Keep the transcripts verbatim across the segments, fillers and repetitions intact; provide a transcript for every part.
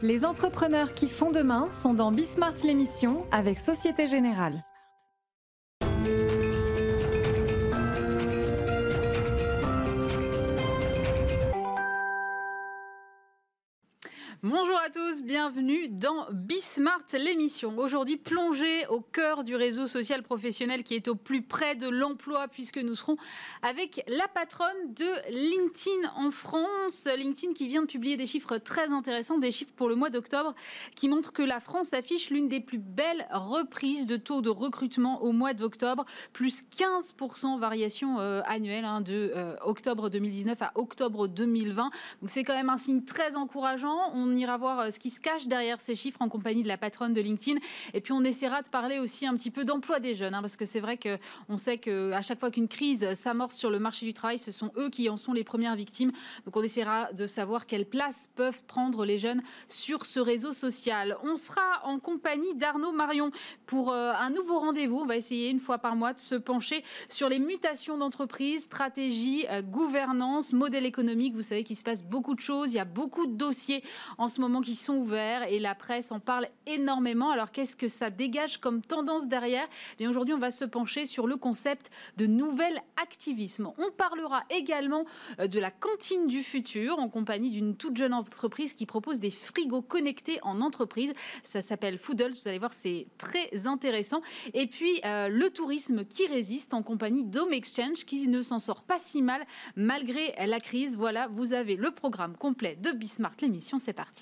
Les entrepreneurs qui font demain sont dans Bismart l'émission avec Société Générale. Bonjour à tous, bienvenue dans Bismart l'émission. Aujourd'hui, plongée au cœur du réseau social professionnel qui est au plus près de l'emploi, puisque nous serons avec la patronne de LinkedIn en France. LinkedIn qui vient de publier des chiffres très intéressants, des chiffres pour le mois d'octobre, qui montrent que la France affiche l'une des plus belles reprises de taux de recrutement au mois d'octobre, plus quinze pour cent variation euh, annuelle hein, de euh, octobre deux mille dix-neuf à octobre deux mille vingt. Donc c'est quand même un signe très encourageant. On ira voir ce qui se cache derrière ces chiffres en compagnie de la patronne de LinkedIn. Et puis, on essaiera de parler aussi un petit peu d'emploi des jeunes, hein, parce que c'est vrai qu'on sait qu'à chaque fois qu'une crise s'amorce sur le marché du travail, ce sont eux qui en sont les premières victimes. Donc, on essaiera de savoir quelle place peuvent prendre les jeunes sur ce réseau social. On sera en compagnie d'Arnaud Marion pour euh, un nouveau rendez-vous. On va essayer une fois par mois de se pencher sur les mutations d'entreprise, stratégie, euh, gouvernance, modèle économique. Vous savez qu'il se passe beaucoup de choses. Il y a beaucoup de dossiers en ce moment qui sont ouverts et la presse en parle énormément. Alors qu'est-ce que ça dégage comme tendance derrière ? Et aujourd'hui, on va se pencher sur le concept de nouvel activisme. On parlera également de la cantine du futur en compagnie d'une toute jeune entreprise qui propose des frigos connectés en entreprise. Ça s'appelle Foodles. Vous allez voir, c'est très intéressant. Et puis euh, le tourisme qui résiste en compagnie d'Home Exchange qui ne s'en sort pas si mal malgré la crise. Voilà, vous avez le programme complet de Bismart l'émission. C'est parti.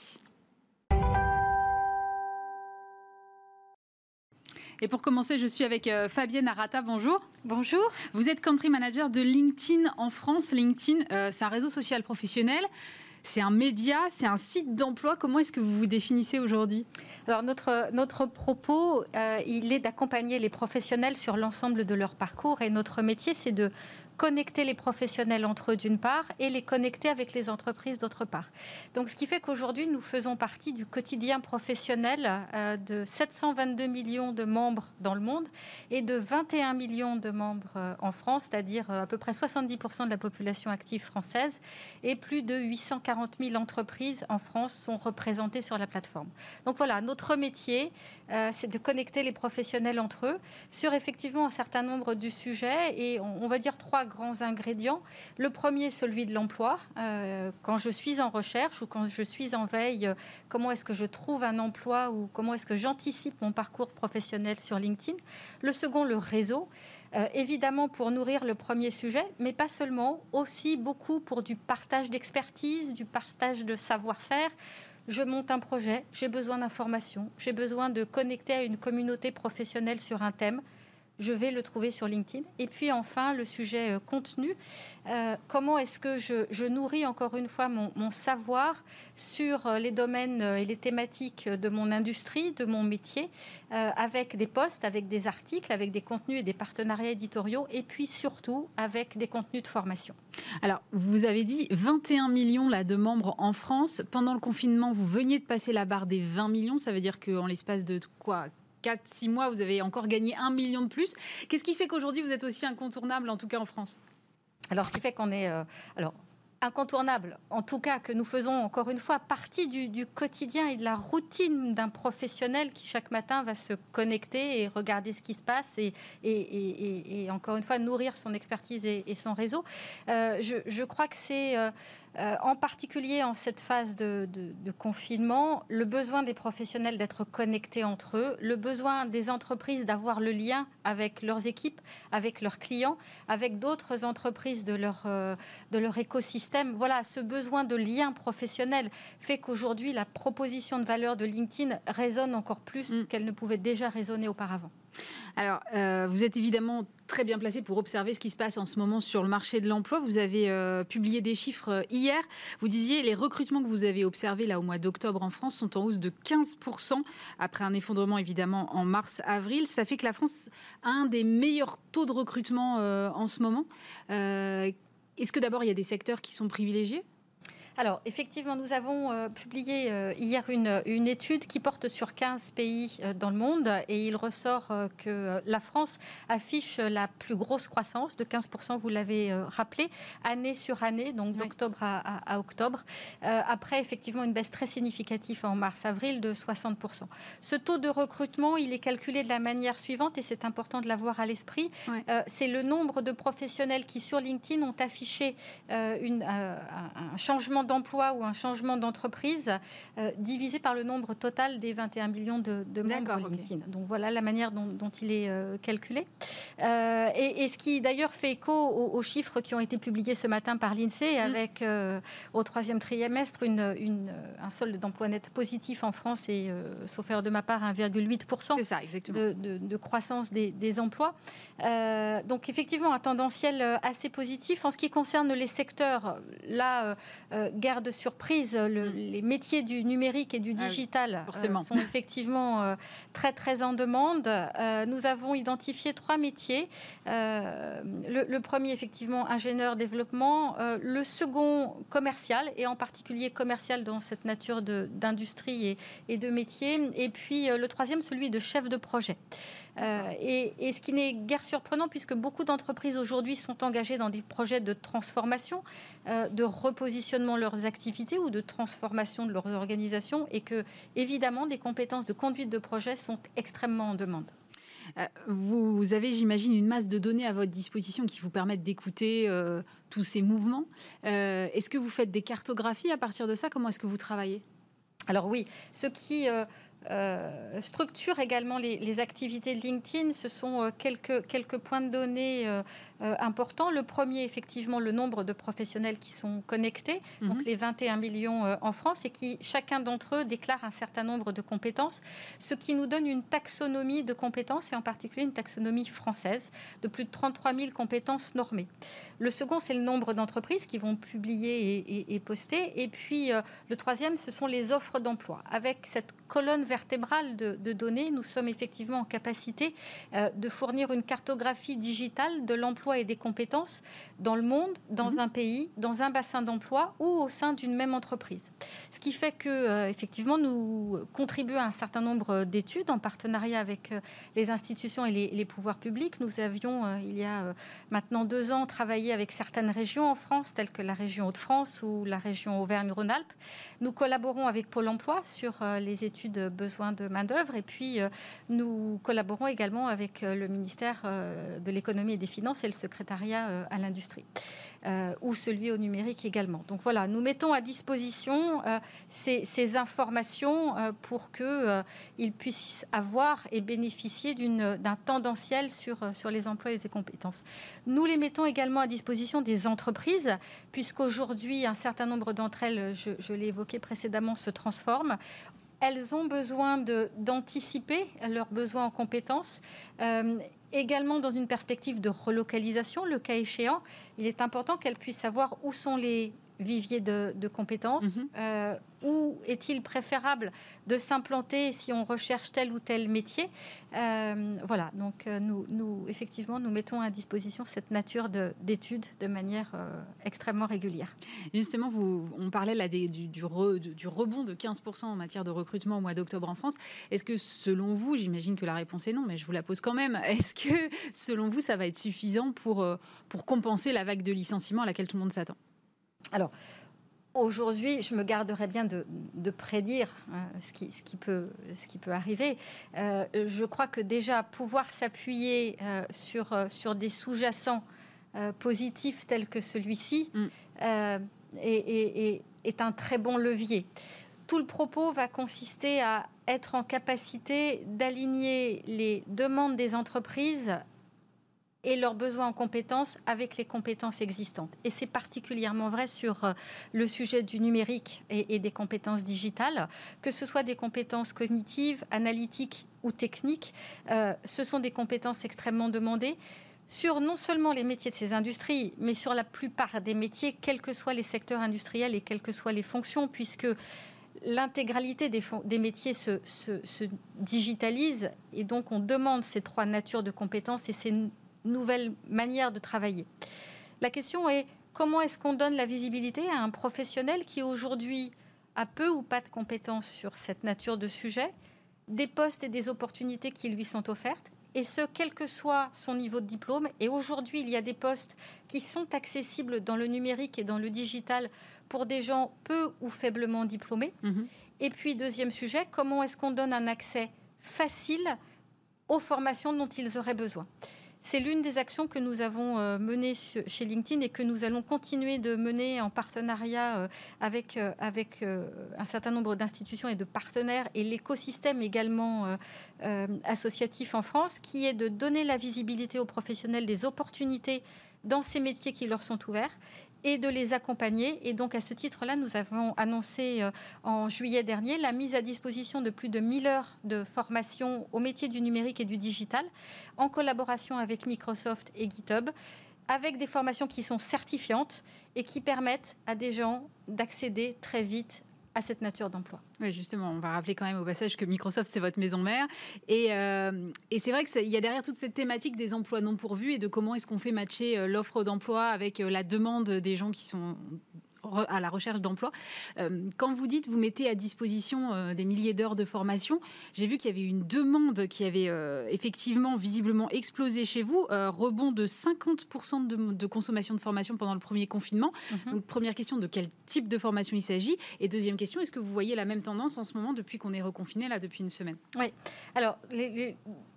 Et pour commencer, je suis avec euh, Fabienne Arata. Bonjour. Bonjour. Vous êtes country manager de LinkedIn en France. LinkedIn, euh, c'est un réseau social professionnel. C'est un média, c'est un site d'emploi. Comment est-ce que vous vous définissez aujourd'hui ? Alors notre, notre propos, euh, il est d'accompagner les professionnels sur l'ensemble de leur parcours. Et notre métier, c'est de connecter les professionnels entre eux d'une part et les connecter avec les entreprises d'autre part. Donc ce qui fait qu'aujourd'hui nous faisons partie du quotidien professionnel euh, de sept cent vingt-deux millions de membres dans le monde et de vingt et un millions de membres euh, en France, c'est-à-dire euh, à peu près soixante-dix pour cent de la population active française et plus de huit cent quarante mille entreprises en France sont représentées sur la plateforme. Donc voilà, notre métier euh, c'est de connecter les professionnels entre eux sur effectivement un certain nombre de sujets et on, on va dire trois grands ingrédients. Le premier, celui de l'emploi. Euh, quand je suis en recherche ou quand je suis en veille, euh, comment est-ce que je trouve un emploi ou comment est-ce que j'anticipe mon parcours professionnel sur LinkedIn. Le second, le réseau. Euh, évidemment pour nourrir le premier sujet, mais pas seulement, aussi beaucoup pour du partage d'expertise, du partage de savoir-faire. Je monte un projet, j'ai besoin d'informations, j'ai besoin de connecter à une communauté professionnelle sur un thème. Je vais le trouver sur LinkedIn. Et puis enfin, le sujet euh, contenu. Euh, comment est-ce que je, je nourris encore une fois mon, mon savoir sur euh, les domaines euh, et les thématiques de mon industrie, de mon métier, euh, avec des posts, avec des articles, avec des contenus et des partenariats éditoriaux, et puis surtout avec des contenus de formation. Alors, vous avez dit vingt et un millions là, de membres en France. Pendant le confinement, vous veniez de passer la barre des vingt millions. Ça veut dire qu'en l'espace de quoi ? quatre six mois, vous avez encore gagné un million de plus. Qu'est-ce qui fait qu'aujourd'hui, vous êtes aussi incontournable, en tout cas en France ? Alors, ce qui fait qu'on est... Euh, alors, incontournable, en tout cas que nous faisons encore une fois partie du, du quotidien et de la routine d'un professionnel qui chaque matin va se connecter et regarder ce qui se passe et, et, et, et, et encore une fois nourrir son expertise et, et son réseau. Euh, je, je crois que c'est euh, euh, en particulier en cette phase de, de, de confinement, le besoin des professionnels d'être connectés entre eux, le besoin des entreprises d'avoir le lien avec leurs équipes, avec leurs clients, avec d'autres entreprises de leur, euh, de leur écosystème. Voilà, ce besoin de lien professionnel fait qu'aujourd'hui, la proposition de valeur de LinkedIn résonne encore plus mmh. qu'elle ne pouvait déjà résonner auparavant. Alors, euh, vous êtes évidemment très bien placé pour observer ce qui se passe en ce moment sur le marché de l'emploi. Vous avez euh, publié des chiffres hier. Vous disiez les recrutements que vous avez observés là au mois d'octobre en France sont en hausse de quinze pour cent après un effondrement évidemment en mars-avril. Ça fait que la France a un des meilleurs taux de recrutement euh, en ce moment. Euh, Est-ce que d'abord, il y a des secteurs qui sont privilégiés ? Alors, effectivement, nous avons euh, publié euh, hier une, une étude qui porte sur quinze pays euh, dans le monde et il ressort euh, que euh, la France affiche la plus grosse croissance de quinze pour cent, vous l'avez euh, rappelé, année sur année, donc d'octobre oui. à, à, à octobre. Euh, après, effectivement, une baisse très significative en mars-avril de soixante pour cent. Ce taux de recrutement, il est calculé de la manière suivante et c'est important de l'avoir à l'esprit. Oui. Euh, c'est le nombre de professionnels qui, sur LinkedIn, ont affiché euh, une, euh, un changement d'emploi ou un changement d'entreprise euh, divisé par le nombre total des vingt et un millions de, de membres LinkedIn. Okay. Donc voilà la manière dont, dont il est euh, calculé. Euh, et, et ce qui d'ailleurs fait écho aux, aux chiffres qui ont été publiés ce matin par l'INSEE, mmh. avec euh, au troisième trimestre une, une, un solde d'emploi net positif en France et, euh, sauf erreur de ma part, un virgule huit pour cent ça, exactement. De, de, de croissance des, des emplois. Euh, donc effectivement un tendanciel assez positif. En ce qui concerne les secteurs, là, euh, guerre de surprise, le, mmh. les métiers du numérique et du digital ah oui, euh, sont effectivement euh, très très en demande. Euh, nous avons identifié trois métiers. Euh, le, le premier, effectivement, ingénieur développement. Euh, le second, commercial, et en particulier commercial dans cette nature de, d'industrie et, et de métier. Et puis euh, le troisième, celui de chef de projet. Euh, et, et ce qui n'est guère surprenant, puisque beaucoup d'entreprises aujourd'hui sont engagées dans des projets de transformation, euh, de repositionnement de leurs activités ou de transformation de leurs organisations, et que, évidemment, des compétences de conduite de projet sont extrêmement en demande. Euh, vous avez, j'imagine, une masse de données à votre disposition qui vous permettent d'écouter euh, tous ces mouvements. Euh, est-ce que vous faites des cartographies à partir de ça? Comment est-ce que vous travaillez? Alors oui, ce qui... Euh Euh, structure également les, les activités de LinkedIn. Ce sont euh, quelques, quelques points de données euh, euh, importants. Le premier, effectivement, le nombre de professionnels qui sont connectés, mm-hmm. donc les vingt et un millions euh, en France, et qui, chacun d'entre eux, déclare un certain nombre de compétences, ce qui nous donne une taxonomie de compétences, et en particulier une taxonomie française, de plus de trente-trois mille compétences normées. Le second, c'est le nombre d'entreprises qui vont publier et, et, et poster. Et puis, euh, le troisième, ce sont les offres d'emploi. Avec cette colonne vertébrale de, de données, nous sommes effectivement en capacité euh, de fournir une cartographie digitale de l'emploi et des compétences dans le monde, dans mmh. un pays, dans un bassin d'emploi ou au sein d'une même entreprise. Ce qui fait que, euh, effectivement, nous contribuons à un certain nombre d'études en partenariat avec euh, les institutions et les, les pouvoirs publics. Nous avions, euh, il y a euh, maintenant deux ans, travaillé avec certaines régions en France, telles que la région Hauts-de-France ou la région Auvergne-Rhône-Alpes. Nous collaborons avec Pôle emploi sur euh, les études de besoin de main-d'œuvre. Et puis, euh, nous collaborons également avec euh, le ministère euh, de l'économie et des finances et le secrétariat euh, à l'industrie, euh, ou celui au numérique également. Donc voilà, nous mettons à disposition euh, ces, ces informations euh, pour qu'ils euh, puissent avoir et bénéficier d'une, d'un tendanciel sur, sur les emplois et les compétences. Nous les mettons également à disposition des entreprises, puisqu'aujourd'hui, un certain nombre d'entre elles, je, je l'ai évoqué précédemment, se transforment. Elles ont besoin de, d'anticiper leurs besoins en compétences, euh, également dans une perspective de relocalisation, le cas échéant. Il est important qu'elles puissent savoir où sont les viviers de, de compétences, mm-hmm. euh, où est-il préférable de s'implanter si on recherche tel ou tel métier. Euh, voilà, donc euh, nous, nous, effectivement, nous mettons à disposition cette nature de, d'études de manière euh, extrêmement régulière. Justement, vous, on parlait là des, du, du, re, du rebond de quinze pour cent en matière de recrutement au mois d'octobre en France. Est-ce que, selon vous, j'imagine que la réponse est non, mais je vous la pose quand même, est-ce que, selon vous, ça va être suffisant pour, pour compenser la vague de licenciements à laquelle tout le monde s'attend ? Alors, aujourd'hui, je me garderais bien de, de prédire euh, ce, qui, ce, qui peut, ce qui peut arriver. Euh, je crois que déjà, pouvoir s'appuyer euh, sur, euh, sur des sous-jacents euh, positifs tels que celui-ci mm. euh, est, est, est un très bon levier. Tout le propos va consister à être en capacité d'aligner les demandes des entreprises et leurs besoins en compétences avec les compétences existantes. Et c'est particulièrement vrai sur euh, le sujet du numérique et, et des compétences digitales, que ce soit des compétences cognitives, analytiques ou techniques. Euh, ce sont des compétences extrêmement demandées sur non seulement les métiers de ces industries, mais sur la plupart des métiers, quels que soient les secteurs industriels et quelles que soient les fonctions, puisque l'intégralité des, fon- des métiers se, se, se digitalise, et donc on demande ces trois natures de compétences et ces nouvelles manières de travailler. La question est comment est-ce qu'on donne la visibilité à un professionnel qui aujourd'hui a peu ou pas de compétences sur cette nature de sujet, des postes et des opportunités qui lui sont offertes, et ce, quel que soit son niveau de diplôme. Et aujourd'hui, il y a des postes qui sont accessibles dans le numérique et dans le digital pour des gens peu ou faiblement diplômés. Mmh. Et puis, deuxième sujet, comment est-ce qu'on donne un accès facile aux formations dont ils auraient besoin ? C'est l'une des actions que nous avons euh, menées chez LinkedIn et que nous allons continuer de mener en partenariat euh, avec, euh, avec euh, un certain nombre d'institutions et de partenaires et l'écosystème également euh, euh, associatif en France, qui est de donner la visibilité aux professionnels des opportunités dans ces métiers qui leur sont ouverts et de les accompagner. Et donc, à ce titre-là, nous avons annoncé euh, en juillet dernier la mise à disposition de plus de mille heures de formation au métier du numérique et du digital, en collaboration avec Microsoft et GitHub, avec des formations qui sont certifiantes et qui permettent à des gens d'accéder très vite à cette nature d'emploi. Oui, justement, on va rappeler quand même au passage que Microsoft, c'est votre maison mère. Et, euh, et c'est vrai qu'il y a derrière toute cette thématique des emplois non pourvus et de comment est-ce qu'on fait matcher euh, l'offre d'emploi avec euh, la demande des gens qui sont à la recherche d'emploi. Euh, quand vous dites, vous mettez à disposition euh, des milliers d'heures de formation, j'ai vu qu'il y avait une demande qui avait euh, effectivement, visiblement explosé chez vous, euh, rebond de cinquante pour cent de, de consommation de formation pendant le premier confinement. Mm-hmm. Donc, première question, de quel type de formation il s'agit ? Et deuxième question, est-ce que vous voyez la même tendance en ce moment depuis qu'on est reconfiné, là, depuis une semaine ? Oui. Alors, les... les...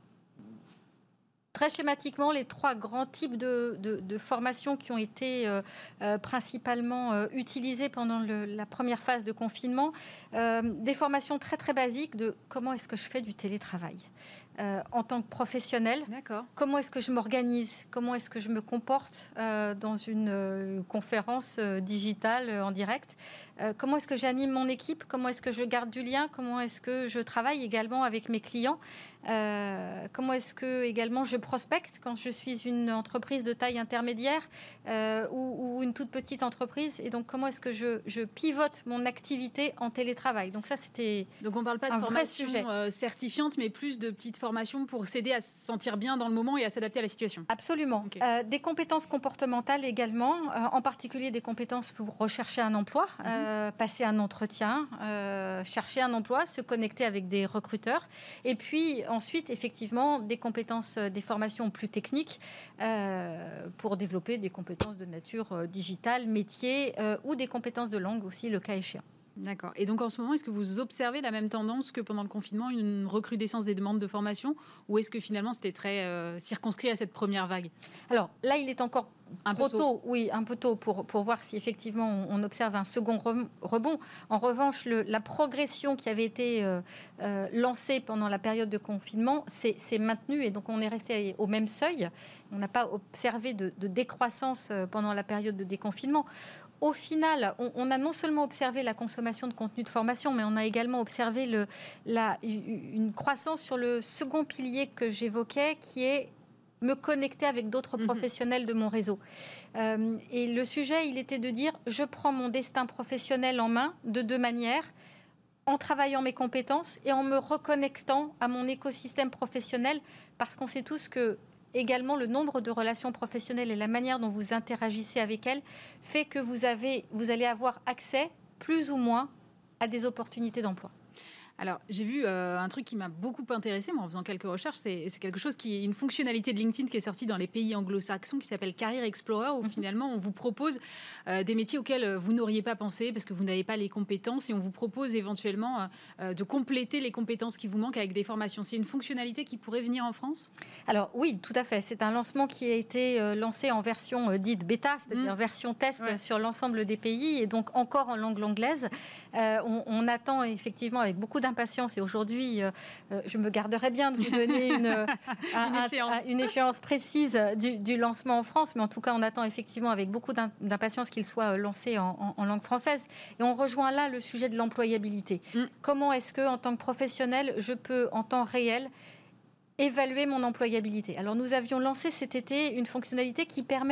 Très schématiquement, les trois grands types de, de, de formations qui ont été euh, euh, principalement euh, utilisées pendant le, la première phase de confinement, euh, des formations très très basiques de comment est-ce que je fais du télétravail euh, en tant que professionnel. D'accord. Comment est-ce que je m'organise ? Comment est-ce que je me comporte euh, dans une euh, conférence euh, digitale euh, en direct ? euh, Comment est-ce que j'anime mon équipe ? Comment est-ce que je garde du lien ? Comment est-ce que je travaille également avec mes clients ? Euh, comment est-ce que également je prospecte quand je suis une entreprise de taille intermédiaire euh, ou, ou une toute petite entreprise, et donc comment est-ce que je, je pivote mon activité en télétravail. Donc ça, c'était donc on ne parle pas de formation euh, certifiante, mais plus de petites formations pour s'aider à se sentir bien dans le moment et à s'adapter à la situation. Absolument. Okay. Euh, des compétences comportementales également, euh, en particulier des compétences pour rechercher un emploi, mm-hmm. euh, passer un entretien, euh, chercher un emploi, se connecter avec des recruteurs, et puis ensuite, effectivement, des compétences, des formations plus techniques euh, pour développer des compétences de nature euh, digitale, métier euh, ou des compétences de langue aussi, le cas échéant. D'accord. Et donc, en ce moment, est-ce que vous observez la même tendance que pendant le confinement, une recrudescence des demandes de formation, ou est-ce que finalement, c'était très euh, circonscrit à cette première vague ? Alors là, il est encore un trop peu tôt. tôt, oui, un peu tôt pour, pour voir si effectivement on observe un second rebond. En revanche, le, la progression qui avait été euh, euh, lancée pendant la période de confinement s'est maintenue, et donc on est resté au même seuil. On n'a pas observé de, de décroissance pendant la période de déconfinement. Au final, on, on a non seulement observé la consommation de contenu de formation, mais on a également observé le, la, une croissance sur le second pilier que j'évoquais, qui est me connecter avec d'autres mmh. professionnels de mon réseau. Euh, et le sujet, il était de dire, je prends mon destin professionnel en main de deux manières, en travaillant mes compétences et en me reconnectant à mon écosystème professionnel, parce qu'on sait tous que également, le nombre de relations professionnelles et la manière dont vous interagissez avec elles fait que vous, avez, vous allez avoir accès, plus ou moins, à des opportunités d'emploi. Alors, j'ai vu euh, un truc qui m'a beaucoup intéressée, moi, en faisant quelques recherches. C'est, c'est quelque chose qui est une fonctionnalité de LinkedIn qui est sortie dans les pays anglo-saxons, qui s'appelle Career Explorer, où mm-hmm. finalement, on vous propose euh, des métiers auxquels vous n'auriez pas pensé parce que vous n'avez pas les compétences, et on vous propose éventuellement euh, de compléter les compétences qui vous manquent avec des formations. C'est une fonctionnalité qui pourrait venir en France ? Alors oui, tout à fait. C'est un lancement qui a été euh, lancé en version euh, dite bêta, c'est-à-dire mm. version test ouais. sur l'ensemble des pays, et donc encore en langue anglaise. Euh, on, on attend effectivement avec beaucoup d'impatience, et aujourd'hui, euh, je me garderai bien de vous donner une, un, une, échéance. Un, une échéance précise du, du lancement en France, mais en tout cas, on attend effectivement avec beaucoup d'impatience qu'il soit lancé en, en, en langue française. Et on rejoint là le sujet de l'employabilité. Mm. Comment est-ce que, en tant que professionnel, je peux, en temps réel, évaluer mon employabilité ? Alors, nous avions lancé cet été une fonctionnalité qui permet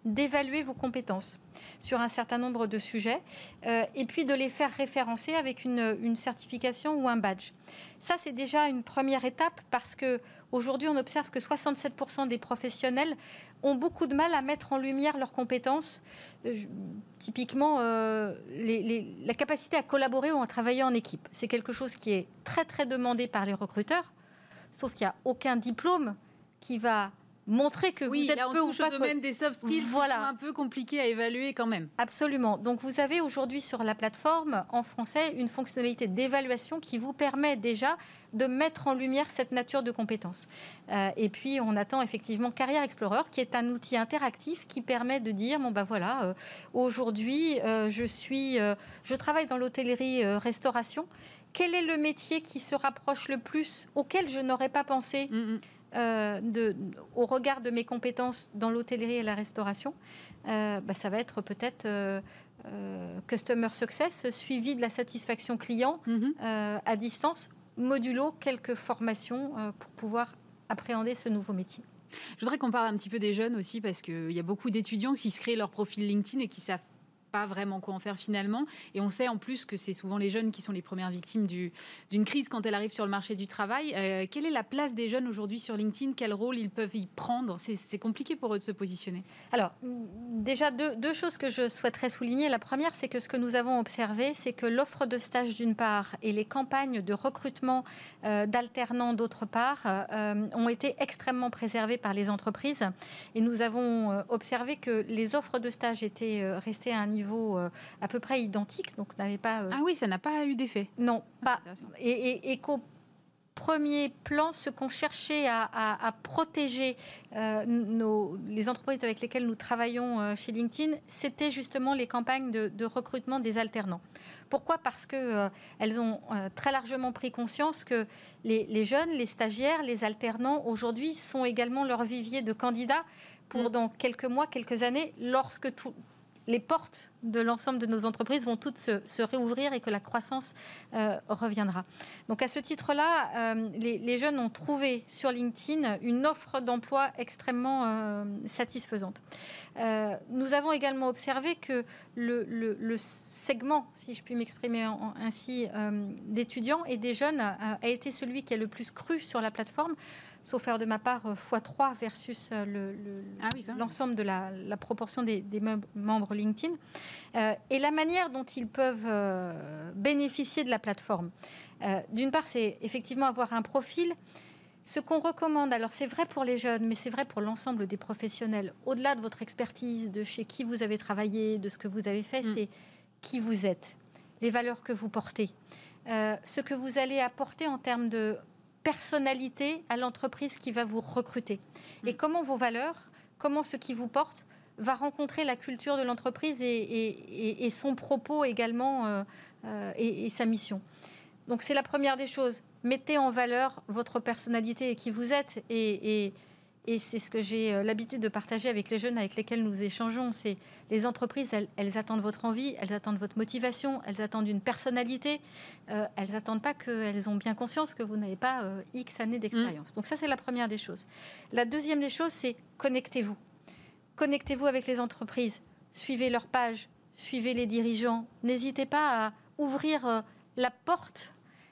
d'évaluer vos compétences sur un certain nombre de sujets euh, et puis de les faire référencer avec une, une certification ou un badge. Ça, c'est déjà une première étape parce qu'aujourd'hui, on observe que soixante-sept pour cent des professionnels ont beaucoup de mal à mettre en lumière leurs compétences. Euh, typiquement, euh, les, les, la capacité à collaborer ou à travailler en équipe. C'est quelque chose qui est très, très demandé par les recruteurs, sauf qu'il n'y a aucun diplôme qui va montrer que oui, vous êtes là, on peu ou touche pas... au domaine des soft skills voilà. qui sont un peu compliqués à évaluer quand même. Absolument. Donc, vous avez aujourd'hui sur la plateforme, en français, une fonctionnalité d'évaluation qui vous permet déjà de mettre en lumière cette nature de compétences. Euh, et puis, on attend effectivement Career Explorer, qui est un outil interactif qui permet de dire, bon ben voilà, euh, aujourd'hui, euh, je suis, euh, je travaille dans l'hôtellerie-restauration. Euh, Quel est le métier qui se rapproche le plus, auquel je n'aurais pas pensé mm-hmm. Euh, de, au regard de mes compétences dans l'hôtellerie et la restauration, euh, bah, ça va être peut-être euh, euh, Customer Success, suivi de la satisfaction client mm-hmm. euh, à distance, modulo quelques formations euh, pour pouvoir appréhender ce nouveau métier. Je voudrais qu'on parle un petit peu des jeunes aussi, parce qu'il y a beaucoup d'étudiants qui se créent leur profil LinkedIn et qui savent pas vraiment quoi en faire finalement. Et on sait en plus que c'est souvent les jeunes qui sont les premières victimes du, d'une crise quand elle arrive sur le marché du travail. Euh, quelle est la place des jeunes aujourd'hui sur LinkedIn ? Quel rôle ils peuvent y prendre ? c'est, c'est compliqué pour eux de se positionner. Alors, déjà, deux, deux choses que je souhaiterais souligner. La première, c'est que ce que nous avons observé, c'est que l'offre de stage d'une part et les campagnes de recrutement euh, d'alternants d'autre part euh, ont été extrêmement préservées par les entreprises. Et nous avons euh, observé que les offres de stage étaient euh, restées à un niveau niveau euh, à peu près identique, donc n'avait pas... Euh... Ah oui, ça n'a pas eu d'effet. Non, ah, pas. Et, et, et qu'au premier plan, ce qu'on cherchait à, à, à protéger euh, nos, les entreprises avec lesquelles nous travaillons euh, chez LinkedIn, c'était justement les campagnes de, de recrutement des alternants. Pourquoi ? Parce qu'elles euh, ont euh, très largement pris conscience que les, les jeunes, les stagiaires, les alternants, aujourd'hui, sont également leur vivier de candidats pour mmh. dans quelques mois, quelques années, lorsque tout... les portes de l'ensemble de nos entreprises vont toutes se, se réouvrir et que la croissance euh, reviendra. Donc à ce titre-là, euh, les, les jeunes ont trouvé sur LinkedIn une offre d'emploi extrêmement euh, satisfaisante. Euh, nous avons également observé que le, le, le segment, si je puis m'exprimer en, en, ainsi, euh, d'étudiants et des jeunes euh, a été celui qui a le plus cru sur la plateforme, sauf faire de ma part fois trois versus le, le, ah oui, l'ensemble de la, la proportion des, des membres LinkedIn. Euh, et la manière dont ils peuvent euh, bénéficier de la plateforme. Euh, d'une part, c'est effectivement avoir un profil. Ce qu'on recommande, alors c'est vrai pour les jeunes, mais c'est vrai pour l'ensemble des professionnels, au-delà de votre expertise, de chez qui vous avez travaillé, de ce que vous avez fait, mmh. c'est qui vous êtes, les valeurs que vous portez, euh, ce que vous allez apporter en termes de personnalité à l'entreprise qui va vous recruter. Et comment vos valeurs, comment ce qui vous porte va rencontrer la culture de l'entreprise et, et, et, et son propos également euh, euh, et, et sa mission. Donc c'est la première des choses. Mettez en valeur votre personnalité et qui vous êtes. Et, et, et c'est ce que j'ai l'habitude de partager avec les jeunes avec lesquels nous échangeons. C'est les entreprises, elles, elles attendent votre envie, elles attendent votre motivation, elles attendent une personnalité. Euh, elles n'attendent pas qu'elles ont bien conscience que vous n'avez pas euh, X années d'expérience. Mmh. Donc ça, c'est la première des choses. La deuxième des choses, c'est connectez-vous. Connectez-vous avec les entreprises. Suivez leurs pages, suivez les dirigeants. N'hésitez pas à ouvrir euh, la porte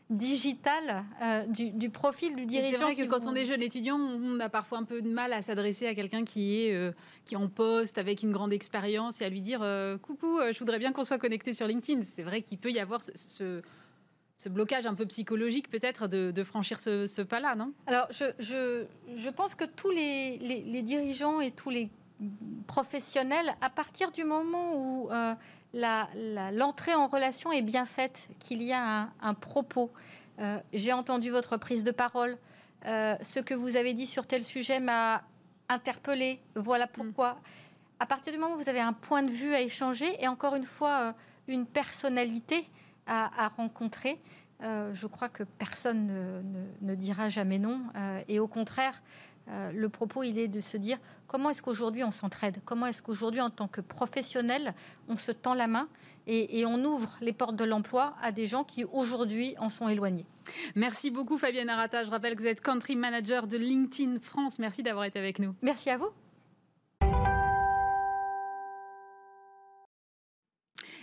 digital euh, du, du profil du dirigeant. Et c'est vrai que quand vous... on est jeune étudiant, on a parfois un peu de mal à s'adresser à quelqu'un qui est, euh, qui est en poste, avec une grande expérience, et à lui dire euh, « Coucou, euh, je voudrais bien qu'on soit connecté sur LinkedIn ». C'est vrai qu'il peut y avoir ce, ce, ce blocage un peu psychologique peut-être de, de franchir ce, ce pas-là, non ? Alors, je, je, je pense que tous les, les, les dirigeants et tous les professionnels, à partir du moment où... Euh, La, la, l'entrée en relation est bien faite, qu'il y a un, un propos. Euh, j'ai entendu votre prise de parole. Euh, ce que vous avez dit sur tel sujet m'a interpellée. Voilà pourquoi. Mmh. À partir du moment où vous avez un point de vue à échanger et encore une fois, euh, une personnalité à, à rencontrer, euh, je crois que personne ne, ne, ne dira jamais non. Euh, et au contraire, Euh, le propos, il est de se dire comment est-ce qu'aujourd'hui on s'entraide, comment est-ce qu'aujourd'hui en tant que professionnel on se tend la main et, et on ouvre les portes de l'emploi à des gens qui aujourd'hui en sont éloignés. Merci beaucoup Fabienne Arata, je rappelle que vous êtes Country Manager de LinkedIn France, merci d'avoir été avec nous. Merci à vous.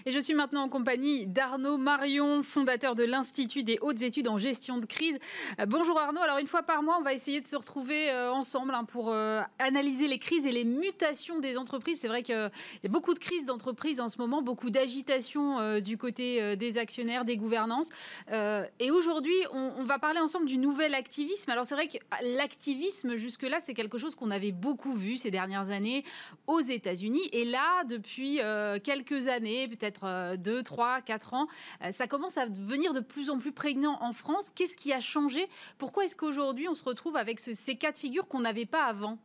Et je suis maintenant en compagnie d'Arnaud Marion, fondateur de l'Institut des hautes études en gestion de crise. Euh, bonjour Arnaud. Alors une fois par mois, on va essayer de se retrouver euh, ensemble hein, pour euh, analyser les crises et les mutations des entreprises. C'est vrai qu'il y a beaucoup de crises d'entreprises en ce moment, beaucoup d'agitation euh, du côté euh, des actionnaires, des gouvernances. Euh, et aujourd'hui, on, on va parler ensemble du nouvel activisme. Alors c'est vrai que l'activisme, jusque-là, c'est quelque chose qu'on avait beaucoup vu ces dernières années aux États-Unis. Et là, depuis euh, quelques années, peut-être euh, deux, trois, quatre ans, euh, ça commence à devenir de plus en plus prégnant en France. Qu'est-ce qui a changé? Pourquoi est-ce qu'aujourd'hui, on se retrouve avec ce, ces cas de figure qu'on n'avait pas avant?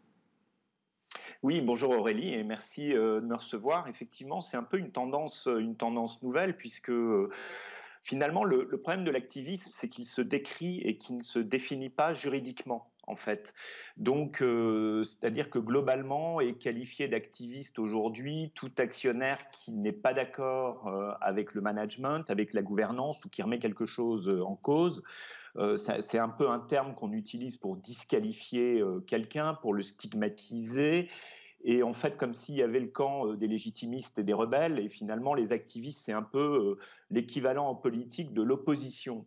Oui, bonjour Aurélie et merci euh, de me recevoir. Effectivement, c'est un peu une tendance, une tendance nouvelle puisque euh, finalement, le, le problème de l'activisme, c'est qu'il se décrit et qu'il ne se définit pas juridiquement. En fait. Donc, euh, c'est-à-dire que globalement est qualifié d'activiste aujourd'hui tout actionnaire qui n'est pas d'accord euh, avec le management, avec la gouvernance ou qui remet quelque chose en cause. Euh, c'est un peu un terme qu'on utilise pour disqualifier euh, quelqu'un, pour le stigmatiser. Et en fait, comme s'il y avait le camp des légitimistes et des rebelles, et finalement, les activistes, c'est un peu euh, l'équivalent en politique de l'opposition.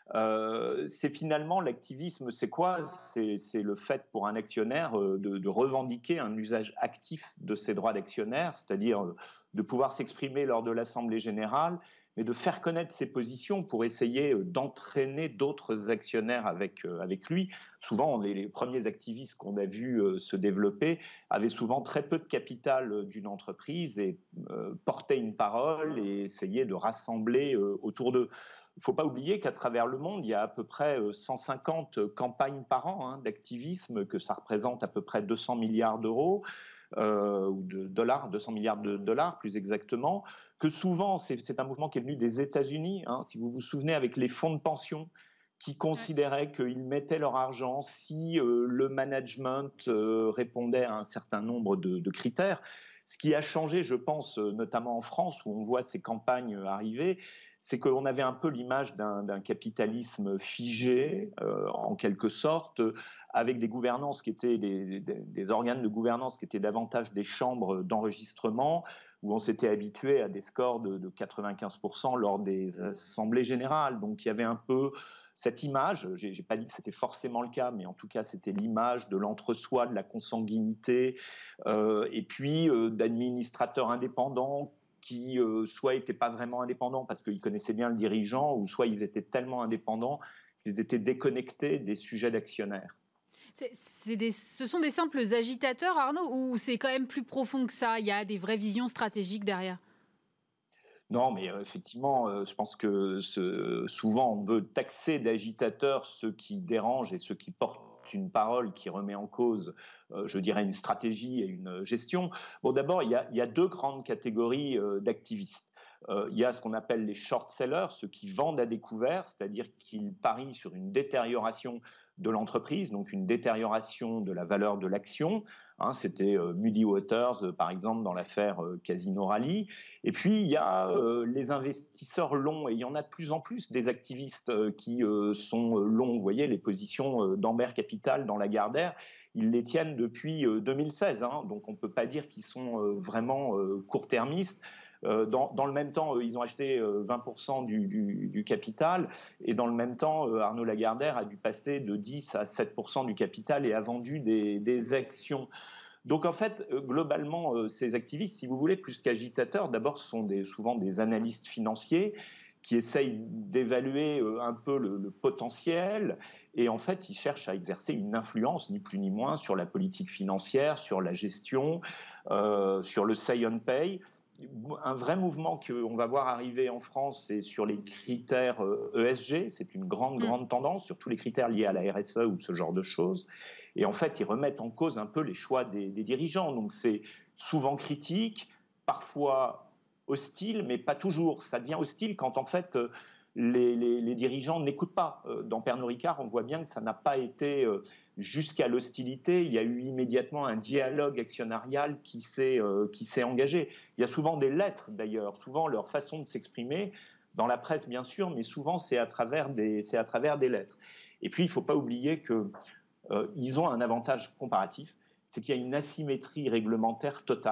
Euh, c'est finalement l'activisme, c'est quoi? C'est le fait pour un actionnaire euh, de, de revendiquer un usage actif de ses droits d'actionnaire, c'est-à-dire euh, de pouvoir s'exprimer lors de l'Assemblée générale, mais de faire connaître ses positions pour essayer euh, d'entraîner d'autres actionnaires avec, euh, avec lui. Souvent, les, les premiers activistes qu'on a vus euh, se développer avaient souvent très peu de capital d'une entreprise et euh, portaient une parole et essayaient de rassembler euh, autour d'eux. Il ne faut pas oublier qu'à travers le monde, il y a à peu près cent cinquante campagnes par an hein, d'activisme, que ça représente à peu près deux cents milliards d'euros, euh, ou de dollars, deux cents milliards de dollars plus exactement, que souvent, c'est un mouvement qui est venu des États-Unis, hein, si vous vous souvenez, avec les fonds de pension, qui considéraient qu'ils mettaient leur argent si euh, le management euh, répondait à un certain nombre de, de critères. Ce qui a changé, je pense, notamment en France, où on voit ces campagnes arriver, c'est qu'on avait un peu l'image d'un capitalisme figé, euh, en quelque sorte, avec des gouvernances qui étaient des, des, des organes de gouvernance qui étaient davantage des chambres d'enregistrement, où on s'était habitué à des scores de, de quatre-vingt-quinze pour cent lors des assemblées générales. Donc il y avait un peu cette image, je n'ai pas dit que c'était forcément le cas, mais en tout cas c'était l'image de l'entre-soi, de la consanguinité, euh, et puis euh, d'administrateurs indépendants qui euh, soit n'étaient pas vraiment indépendants parce qu'ils connaissaient bien le dirigeant, ou soit ils étaient tellement indépendants qu'ils étaient déconnectés des sujets d'actionnaires. C'est des, ce sont des simples agitateurs, Arnaud, ou c'est quand même plus profond que ça? Il y a des vraies visions stratégiques derrière? Non, mais euh, effectivement, euh, je pense que ce, souvent on veut taxer d'agitateurs ceux qui dérangent et ceux qui portent une parole qui remet en cause, euh, je dirais, une stratégie et une gestion. Bon, d'abord, il y a, il y a deux grandes catégories euh, d'activistes. Euh, il y a ce qu'on appelle les short sellers, ceux qui vendent à découvert, c'est-à-dire qu'ils parient sur une détérioration de l'entreprise, donc une détérioration de la valeur de l'action. Hein, c'était euh, Muddy Waters, euh, par exemple, dans l'affaire euh, Casino Rally. Et puis, il y a euh, les investisseurs longs, et il y en a de plus en plus des activistes euh, qui euh, sont longs. Vous voyez, les positions euh, d'Ambert Capital dans Lagardère, ils les tiennent depuis euh, deux mille seize, hein, donc on ne peut pas dire qu'ils sont euh, vraiment euh, court-termistes. Dans, dans le même temps, ils ont acheté vingt pour cent du, du, du capital, et dans le même temps, Arnaud Lagardère a dû passer de dix à sept pour cent du capital et a vendu des, des actions. Donc en fait, globalement, ces activistes, si vous voulez, plus qu'agitateurs, d'abord sont des, souvent des analystes financiers qui essayent d'évaluer un peu le, le potentiel, et en fait, ils cherchent à exercer une influence, ni plus ni moins, sur la politique financière, sur la gestion, euh, sur le say on pay. Un vrai mouvement qu'on va voir arriver en France, c'est sur les critères E S G. C'est une grande, grande tendance sur tous les critères liés à la R S E ou ce genre de choses. Et en fait, ils remettent en cause un peu les choix des, des dirigeants. Donc, c'est souvent critique, parfois hostile, mais pas toujours. Ça devient hostile quand, en fait, les, les, les dirigeants n'écoutent pas. Dans Pernod Ricard, on voit bien que ça n'a pas été jusqu'à l'hostilité. Il y a eu immédiatement un dialogue actionnarial qui s'est euh, qui s'est engagé. Il y a souvent des lettres, d'ailleurs, souvent leur façon de s'exprimer, dans la presse bien sûr, mais souvent c'est à travers des, c'est à travers des lettres. Et puis il ne faut pas oublier qu'ils euh, ont un avantage comparatif, c'est qu'il y a une asymétrie réglementaire totale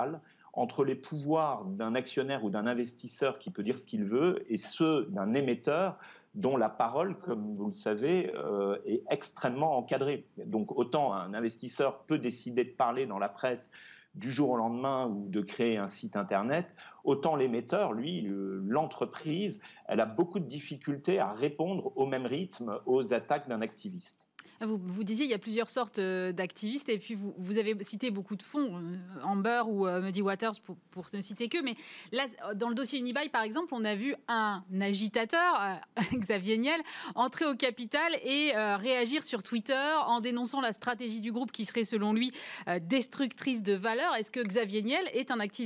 entre les pouvoirs d'un actionnaire ou d'un investisseur qui peut dire ce qu'il veut et ceux d'un émetteur dont la parole, comme vous le savez, euh, est extrêmement encadrée. Donc autant un investisseur peut décider de parler dans la presse du jour au lendemain ou de créer un site internet, autant l'émetteur, lui, l'entreprise, elle a beaucoup de difficultés à répondre au même rythme aux attaques d'un activiste. Vous, vous disiez il y a plusieurs sortes d'activistes et puis vous, vous avez cité beaucoup de fonds, euh, Amber ou euh, Muddy Waters pour, pour ne citer que, mais là dans le dossier Unibail par exemple on a vu un agitateur, euh, Xavier Niel, entrer au capital et euh, réagir sur Twitter en dénonçant la stratégie du groupe qui serait selon lui euh, destructrice de valeur. Est-ce que Xavier Niel est un activiste ?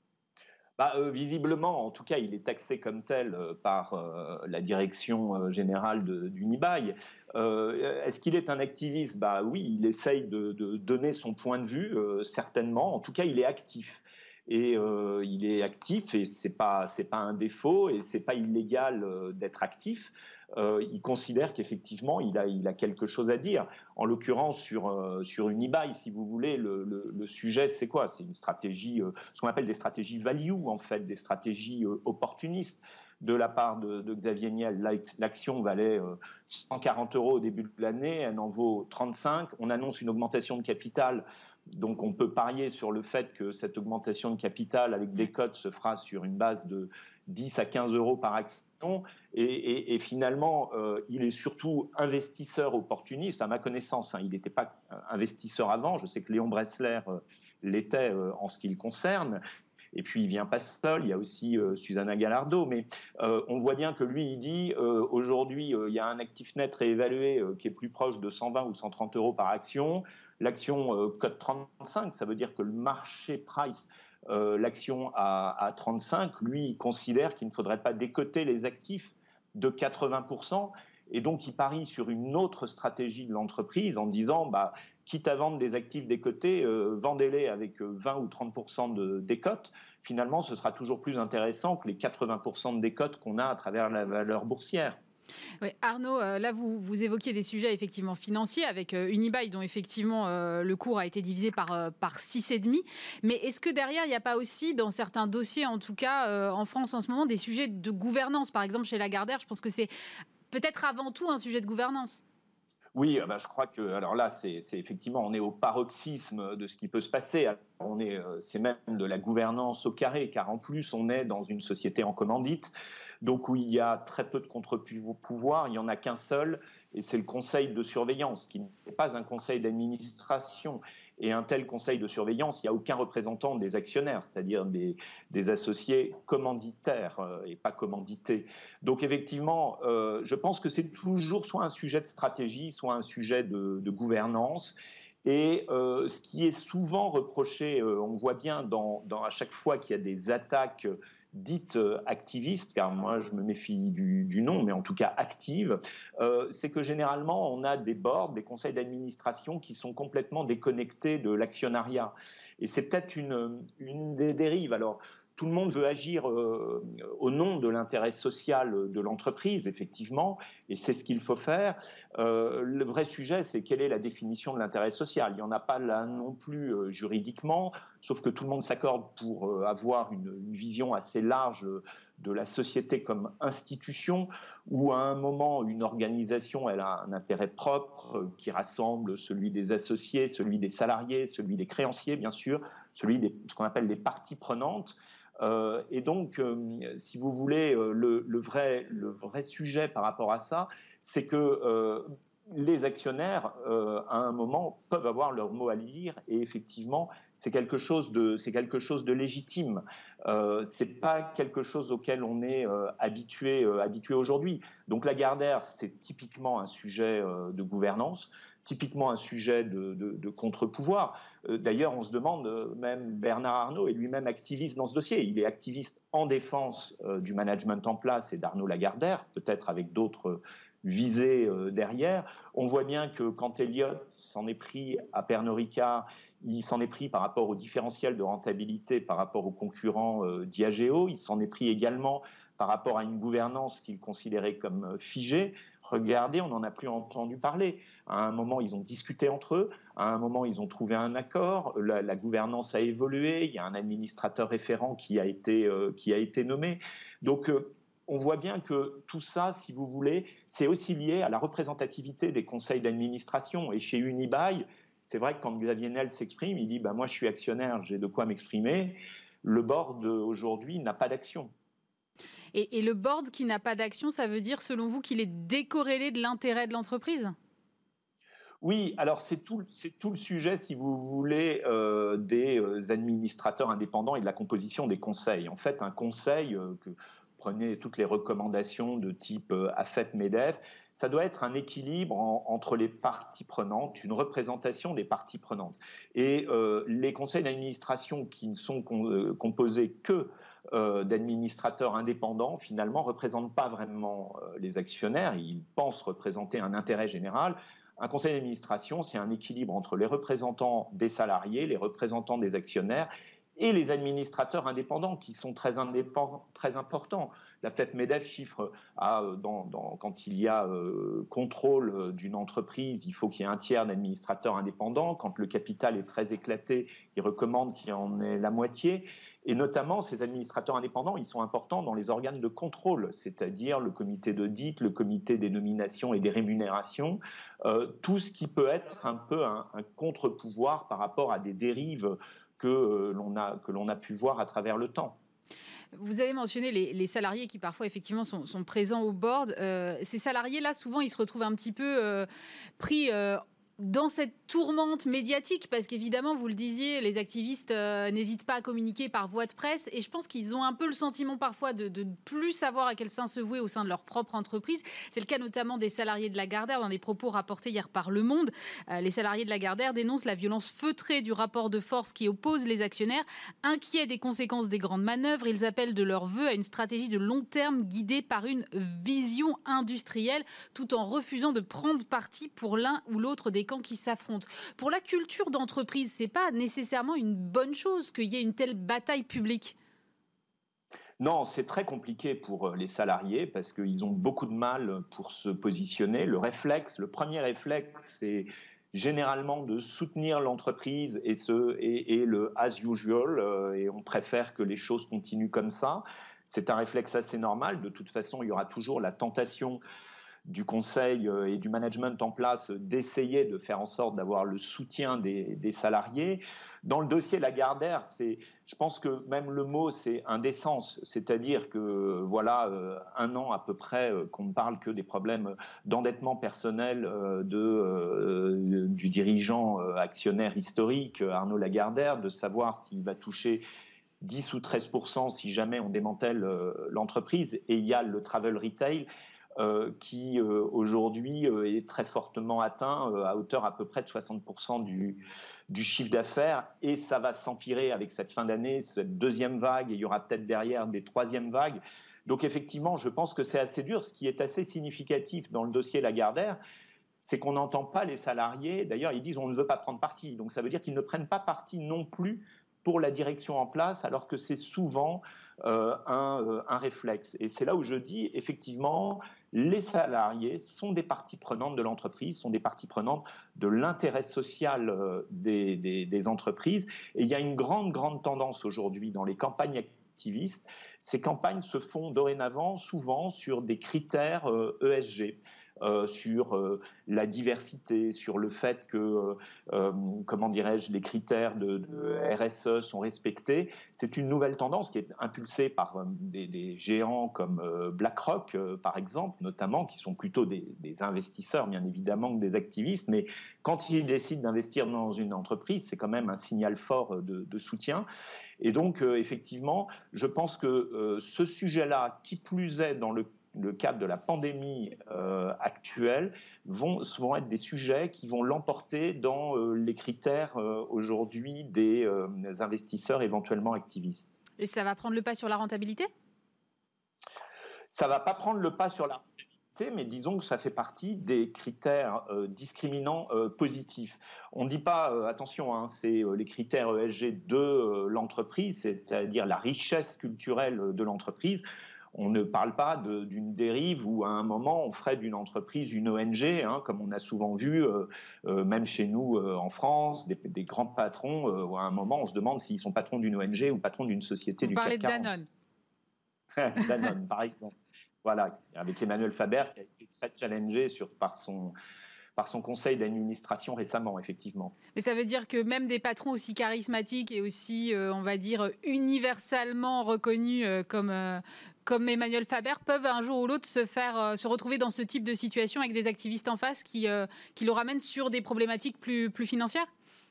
Bah, euh, visiblement, en tout cas, il est taxé comme tel euh, par euh, la direction euh, générale d'Unibail. Euh, Est-ce qu'il est un activiste ? Bah oui, il essaye de, de donner son point de vue, euh, certainement. En tout cas, il est actif. Et euh, il est actif, et c'est pas c'est pas un défaut, et c'est pas illégal euh, d'être actif. Euh, il considère qu'effectivement, il a, il a quelque chose à dire. En l'occurrence, sur, euh, sur Unibail, si vous voulez, le, le, le sujet, c'est quoi ? C'est une stratégie, euh, ce qu'on appelle des stratégies value, en fait, des stratégies euh, opportunistes. De la part de, de Xavier Niel, l'action valait euh, cent quarante euros au début de l'année, elle en vaut trente-cinq. On annonce une augmentation de capital. Donc, on peut parier sur le fait que cette augmentation de capital avec des cotes se fera sur une base de dix à quinze euros par action. Et, et, et finalement, euh, il est surtout investisseur opportuniste, à ma connaissance. Hein, il n'était pas investisseur avant. Je sais que Léon Bressler euh, l'était euh, en ce qui le concerne. Et puis, il ne vient pas seul. Il y a aussi euh, Susanna Gallardo. Mais euh, on voit bien que lui, il dit euh, aujourd'hui, euh, il y a un actif net réévalué euh, qui est plus proche de cent vingt ou cent trente euros par action. L'action euh, cote trente-cinq, ça veut dire que le marché price euh, l'action à, à trente-cinq. Lui, il considère qu'il ne faudrait pas décoter les actifs de quatre-vingts pour cent. Et donc, il parie sur une autre stratégie de l'entreprise en disant, bah, quitte à vendre des actifs décotés, euh, vendez-les avec vingt ou trente pour cent de décote. Finalement, ce sera toujours plus intéressant que les quatre-vingts pour cent de décote qu'on a à travers la valeur boursière. Oui, Arnaud, euh, là vous, vous évoquiez des sujets effectivement financiers avec euh, Unibail dont effectivement euh, le cours a été divisé par, euh, par six virgule cinq. Mais est-ce que derrière il n'y a pas aussi dans certains dossiers en tout cas euh, en France en ce moment des sujets de gouvernance? Par exemple chez Lagardère, je pense que c'est peut-être avant tout un sujet de gouvernance. Oui, bah, je crois que alors là, c'est effectivement, on est au paroxysme de ce qui peut se passer. On est, c'est même de la gouvernance au carré, car en plus, on est dans une société en commandite, donc où il y a très peu de contre-pouvoir. Il n'y en a qu'un seul, et c'est le conseil de surveillance, qui n'est pas un conseil d'administration. Et un tel conseil de surveillance, il n'y a aucun représentant des actionnaires, c'est-à-dire des, des associés commanditaires euh, et pas commandités. Donc effectivement, euh, je pense que c'est toujours soit un sujet de stratégie, soit un sujet de, de gouvernance. Et euh, ce qui est souvent reproché, euh, on voit bien dans, dans, à chaque fois qu'il y a des attaques dites activistes, car moi je me méfie du, du nom, mais en tout cas actives, euh, c'est que généralement on a des boards, des conseils d'administration qui sont complètement déconnectés de l'actionnariat. Et c'est peut-être une, une des dérives. Alors, tout le monde veut agir euh, au nom de l'intérêt social de l'entreprise, effectivement, et c'est ce qu'il faut faire. Euh, le vrai sujet, c'est quelle est la définition de l'intérêt social. Il n'y en a pas là non plus euh, juridiquement, sauf que tout le monde s'accorde pour euh, avoir une, une vision assez large de la société comme institution, où à un moment, une organisation, elle a un intérêt propre euh, qui rassemble celui des associés, celui des salariés, celui des créanciers, bien sûr, celui des ce qu'on appelle des parties prenantes. Euh, et donc, euh, si vous voulez, euh, le, le, vrai, le vrai sujet par rapport à ça, c'est que euh, les actionnaires, euh, à un moment, peuvent avoir leur mot à dire, et effectivement, c'est quelque chose de, c'est quelque chose de légitime. Euh, c'est pas quelque chose auquel on est euh, habitué, euh, habitué aujourd'hui. Donc, Lagardère, c'est typiquement un sujet euh, de gouvernance, typiquement un sujet de, de, de contre-pouvoir. Euh, D'ailleurs, on se demande, euh, même Bernard Arnault est lui-même activiste dans ce dossier. Il est activiste en défense euh, du management en place et d'Arnaud Lagardère, peut-être avec d'autres visées euh, derrière. On voit bien que quand Elliott s'en est pris à Pernod Ricard, il s'en est pris par rapport au différentiel de rentabilité par rapport aux concurrents euh, Diageo. Il s'en est pris également par rapport à une gouvernance qu'il considérait comme figée. regardez, on n'en a plus entendu parler. À un moment, ils ont discuté entre eux. À un moment, ils ont trouvé un accord. La, la gouvernance a évolué. Il y a un administrateur référent qui a été, euh, qui a été nommé. Donc, euh, on voit bien que tout ça, si vous voulez, c'est aussi lié à la représentativité des conseils d'administration. Et chez Unibail, c'est vrai que quand Xavier Niel s'exprime, il dit bah, « moi, je suis actionnaire, j'ai de quoi m'exprimer ». Le board, aujourd'hui, n'a pas d'action. Et, et le board qui n'a pas d'action, ça veut dire, selon vous, qu'il est décorrélé de l'intérêt de l'entreprise ? Oui, alors c'est tout, c'est tout le sujet, si vous voulez, euh, des administrateurs indépendants et de la composition des conseils. En fait, un conseil, euh, que prenez toutes les recommandations de type euh, A F E P-MEDEF, ça doit être un équilibre en, entre les parties prenantes, une représentation des parties prenantes. Et euh, les conseils d'administration qui ne sont com- euh, composés que euh, d'administrateurs indépendants, finalement, ne représentent pas vraiment euh, les actionnaires. Ils pensent représenter un intérêt général. Un conseil d'administration, c'est un équilibre entre les représentants des salariés, les représentants des actionnaires et les administrateurs indépendants qui sont très, indépendants, très importants. La F E P-MEDEF chiffre à, dans, dans, quand il y a euh, contrôle d'une entreprise, il faut qu'il y ait un tiers d'administrateurs indépendants. Quand le capital est très éclaté, il recommande qu'il y en ait la moitié. Et notamment, ces administrateurs indépendants, ils sont importants dans les organes de contrôle, c'est-à-dire le comité d'audit, le comité des nominations et des rémunérations, euh, tout ce qui peut être un peu un, un contre-pouvoir par rapport à des dérives que, euh, l'on a, que l'on a pu voir à travers le temps. Vous avez mentionné les, les salariés qui parfois effectivement sont, sont présents au board. Euh, ces salariés-là, souvent, ils se retrouvent un petit peu euh, pris euh, dans cette tourmente médiatique, parce qu'évidemment, vous le disiez, les activistes euh, n'hésitent pas à communiquer par voie de presse, et je pense qu'ils ont un peu le sentiment parfois de ne plus savoir à quel sein se vouer au sein de leur propre entreprise. C'est le cas notamment des salariés de Lagardère. Dans des propos rapportés hier par Le Monde, euh, les salariés de Lagardère dénoncent la violence feutrée du rapport de force qui oppose les actionnaires. Inquiets des conséquences des grandes manœuvres, ils appellent de leur vœu à une stratégie de long terme guidée par une vision industrielle, tout en refusant de prendre parti pour l'un ou l'autre des camps qui s'affrontent. Pour la culture d'entreprise, c'est pas nécessairement une bonne chose qu'il y ait une telle bataille publique. Non, c'est très compliqué pour les salariés parce qu'ils ont beaucoup de mal pour se positionner. Le réflexe, le premier réflexe, c'est généralement de soutenir l'entreprise et, ce, et, et le as usual, euh, et on préfère que les choses continuent comme ça. C'est un réflexe assez normal. De toute façon, il y aura toujours la tentation du conseil et du management en place d'essayer de faire en sorte d'avoir le soutien des, des salariés. Dans le dossier Lagardère, c'est, je pense que même le mot, c'est indécence, c'est-à-dire que voilà, euh, un an à peu près euh, qu'on ne parle que des problèmes d'endettement personnel euh, de, euh, du dirigeant euh, actionnaire historique Arnaud Lagardère, de savoir s'il va toucher dix ou treize pour cent si jamais on démantèle euh, l'entreprise. Et il y a le travel retail Euh, qui euh, aujourd'hui euh, est très fortement atteint euh, à hauteur à peu près de soixante pour cent du, du chiffre d'affaires, et ça va s'empirer avec cette fin d'année, cette deuxième vague, et il y aura peut-être derrière des troisièmes vagues. Donc effectivement, je pense que c'est assez dur. Ce qui est assez significatif dans le dossier Lagardère, c'est qu'on n'entend pas les salariés. D'ailleurs, ils disent on ne veut pas prendre parti. Donc ça veut dire qu'ils ne prennent pas parti non plus pour la direction en place, alors que c'est souvent euh, un, euh, un réflexe. Et c'est là où je dis, effectivement, les salariés sont des parties prenantes de l'entreprise, sont des parties prenantes de l'intérêt social euh, des, des, des entreprises. Et il y a une grande, grande tendance aujourd'hui dans les campagnes activistes. Ces campagnes se font dorénavant souvent sur des critères euh, E S G. Euh, sur euh, la diversité, sur le fait que, euh, comment dirais-je, les critères de, de R S E sont respectés. C'est une nouvelle tendance qui est impulsée par euh, des, des géants comme euh, BlackRock, euh, par exemple, notamment, qui sont plutôt des, des investisseurs, bien évidemment, que des activistes. Mais quand ils décident d'investir dans une entreprise, c'est quand même un signal fort de, de soutien. Et donc, euh, effectivement, je pense que euh, ce sujet-là, qui plus est dans le le cadre de la pandémie euh, actuelle, vont, vont être des sujets qui vont l'emporter dans euh, les critères euh, aujourd'hui des, euh, des investisseurs éventuellement activistes. Et ça va prendre le pas sur la rentabilité ? Ça ne va pas prendre le pas sur la rentabilité, mais disons que ça fait partie des critères euh, discriminants euh, positifs. On ne dit pas, euh, attention, hein, c'est euh, les critères E S G de euh, l'entreprise, c'est-à-dire la richesse culturelle de l'entreprise. On ne parle pas de, d'une dérive où à un moment on ferait d'une entreprise une O N G, hein, comme on a souvent vu, euh, euh, même chez nous euh, en France, des, des grands patrons, euh, où à un moment on se demande s'ils sont patrons d'une O N G ou patrons d'une société Vous du parlez C A C de quarante. Danone. Danone, par exemple. Voilà, avec Emmanuel Faber qui a été très challengé sur, par son... par son conseil d'administration récemment, effectivement. Mais ça veut dire que même des patrons aussi charismatiques et aussi, euh, on va dire, universellement reconnus euh, comme, euh, comme Emmanuel Faber peuvent un jour ou l'autre se faire euh, se retrouver dans ce type de situation avec des activistes en face qui, euh, qui le ramènent sur des problématiques plus, plus financières ?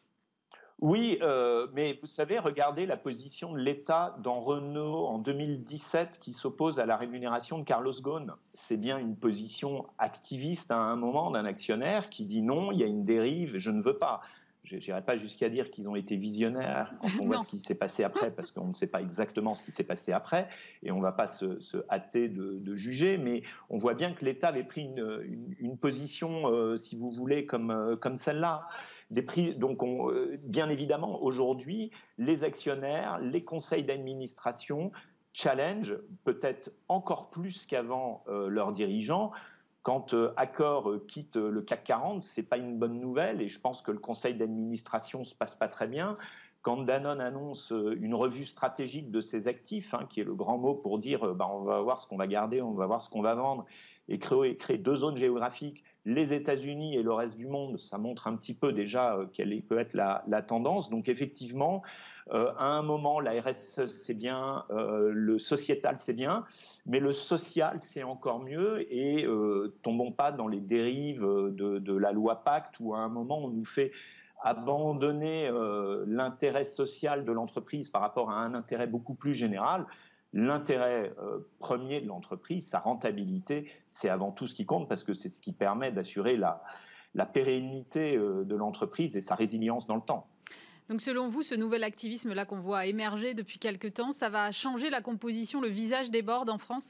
Oui, euh, mais vous savez, regardez la position de l'État dans Renault en deux mille dix-sept qui s'oppose à la rémunération de Carlos Ghosn. C'est bien une position activiste à un moment d'un actionnaire qui dit non, il y a une dérive, je ne veux pas. Je n'irai pas jusqu'à dire qu'ils ont été visionnaires quand on voit ce qui s'est passé après, parce qu'on ne sait pas exactement ce qui s'est passé après, et on ne va pas se, se hâter de, de juger, mais on voit bien que l'État avait pris une, une, une position, euh, si vous voulez, comme, euh, comme celle-là. Des prix, donc, on, euh, bien évidemment, aujourd'hui, les actionnaires, les conseils d'administration challenge, peut-être encore plus qu'avant euh, leurs dirigeants. Quand euh, Accor euh, quitte euh, le C A C quarante, ce n'est pas une bonne nouvelle et je pense que le conseil d'administration ne se passe pas très bien. Quand Danone annonce euh, une revue stratégique de ses actifs, hein, qui est le grand mot pour dire euh, bah, on va voir ce qu'on va garder, on va voir ce qu'on va vendre, et créer, créer deux zones géographiques, les États-Unis et le reste du monde, ça montre un petit peu déjà euh, quelle peut être la, la tendance. Donc effectivement, euh, à un moment, la R S E c'est bien, euh, le sociétal c'est bien, mais le social c'est encore mieux et euh, tombons pas dans les dérives de, de la loi Pacte où à un moment on nous fait abandonner euh, l'intérêt social de l'entreprise par rapport à un intérêt beaucoup plus général. L'intérêt euh, premier de l'entreprise, sa rentabilité, c'est avant tout ce qui compte parce que c'est ce qui permet d'assurer la, la pérennité euh, de l'entreprise et sa résilience dans le temps. Donc selon vous, ce nouvel activisme-là qu'on voit émerger depuis quelques temps, ça va changer la composition, le visage des boards en France ?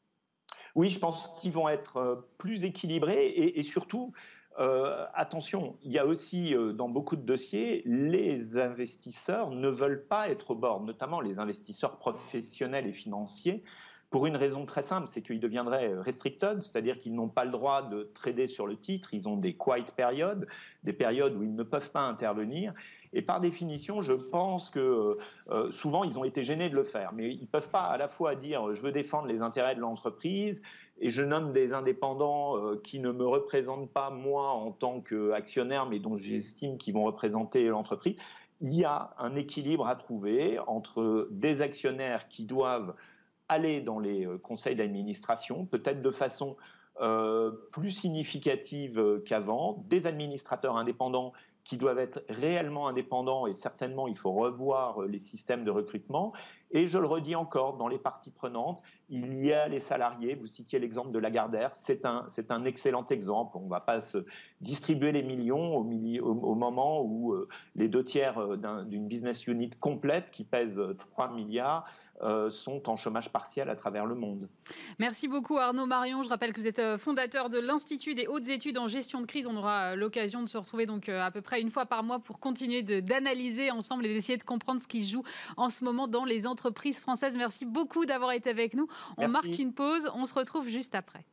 Oui, je pense qu'ils vont être plus équilibrés et, et surtout, euh, attention, il y a aussi euh, dans beaucoup de dossiers, les investisseurs ne veulent pas être au board, notamment les investisseurs professionnels et financiers, pour une raison très simple, c'est qu'ils deviendraient restricted, c'est-à-dire qu'ils n'ont pas le droit de trader sur le titre, ils ont des quiet periods, des périodes où ils ne peuvent pas intervenir. Et par définition, je pense que euh, souvent, ils ont été gênés de le faire. Mais ils ne peuvent pas à la fois dire « je veux défendre les intérêts de l'entreprise » et je nomme des indépendants euh, qui ne me représentent pas moi en tant qu'actionnaire, mais dont j'estime qu'ils vont représenter l'entreprise. Il y a un équilibre à trouver entre des actionnaires qui doivent aller dans les conseils d'administration, peut-être de façon euh, plus significative qu'avant, des administrateurs indépendants qui doivent être réellement indépendants et certainement il faut revoir les systèmes de recrutement. Et je le redis encore, dans les parties prenantes, il y a les salariés. Vous citiez l'exemple de Lagardère, c'est un, c'est un excellent exemple. On ne va pas se distribuer les millions au, milieu, au, au moment où euh, les deux tiers d'un, d'une business unit complète qui pèse trois milliards euh, sont en chômage partiel à travers le monde. Merci beaucoup Arnaud Marion. Je rappelle que vous êtes fondateur de l'Institut des hautes études en gestion de crise. On aura l'occasion de se retrouver donc à peu près une fois par mois pour continuer de, d'analyser ensemble et d'essayer de comprendre ce qui se joue en ce moment dans les entreprises françaises. Merci beaucoup d'avoir été avec nous. On Merci. marque une pause, on se retrouve juste après.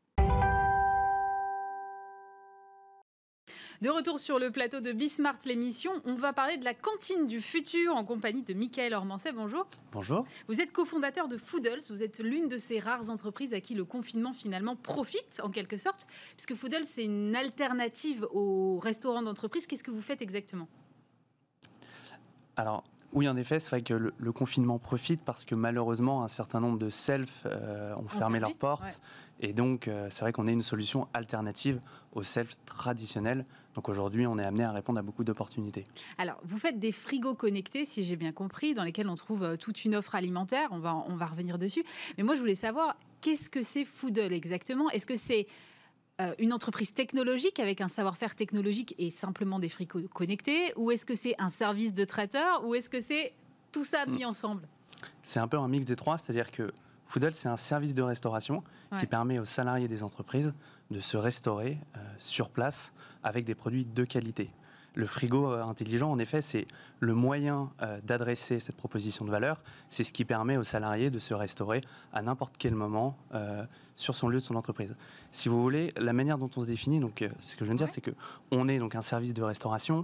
De retour sur le plateau de Bismart, l'émission, on va parler de la cantine du futur en compagnie de Michaël Ormancet. Bonjour. Bonjour. Vous êtes cofondateur de Foodles. Vous êtes l'une de ces rares entreprises à qui le confinement finalement profite en quelque sorte, puisque Foodles c'est une alternative aux restaurants d'entreprise. Qu'est-ce que vous faites exactement ? Alors oui, en effet, c'est vrai que le, le confinement profite parce que malheureusement un certain nombre de self euh, ont fermé leurs portes ouais. Et donc euh, c'est vrai qu'on est une solution alternative aux self traditionnels. Donc aujourd'hui, on est amené à répondre à beaucoup d'opportunités. Alors, vous faites des frigos connectés, si j'ai bien compris, dans lesquels on trouve euh, toute une offre alimentaire. On va, on va revenir dessus. Mais moi, je voulais savoir, qu'est-ce que c'est Foodle exactement ? Est-ce que c'est euh, une entreprise technologique avec un savoir-faire technologique et simplement des frigos connectés ? Ou est-ce que c'est un service de traiteur ? Ou est-ce que c'est tout ça mis mmh. ensemble ? C'est un peu un mix des trois, c'est-à-dire que Foodle, c'est un service de restauration ouais. qui permet aux salariés des entreprises de se restaurer euh, sur place avec des produits de qualité. Le frigo intelligent, en effet, c'est le moyen euh, d'adresser cette proposition de valeur. C'est ce qui permet aux salariés de se restaurer à n'importe quel moment euh, sur son lieu de son entreprise. Si vous voulez, la manière dont on se définit, donc, euh, ce que je veux dire, ouais. c'est qu'on est donc un service de restauration.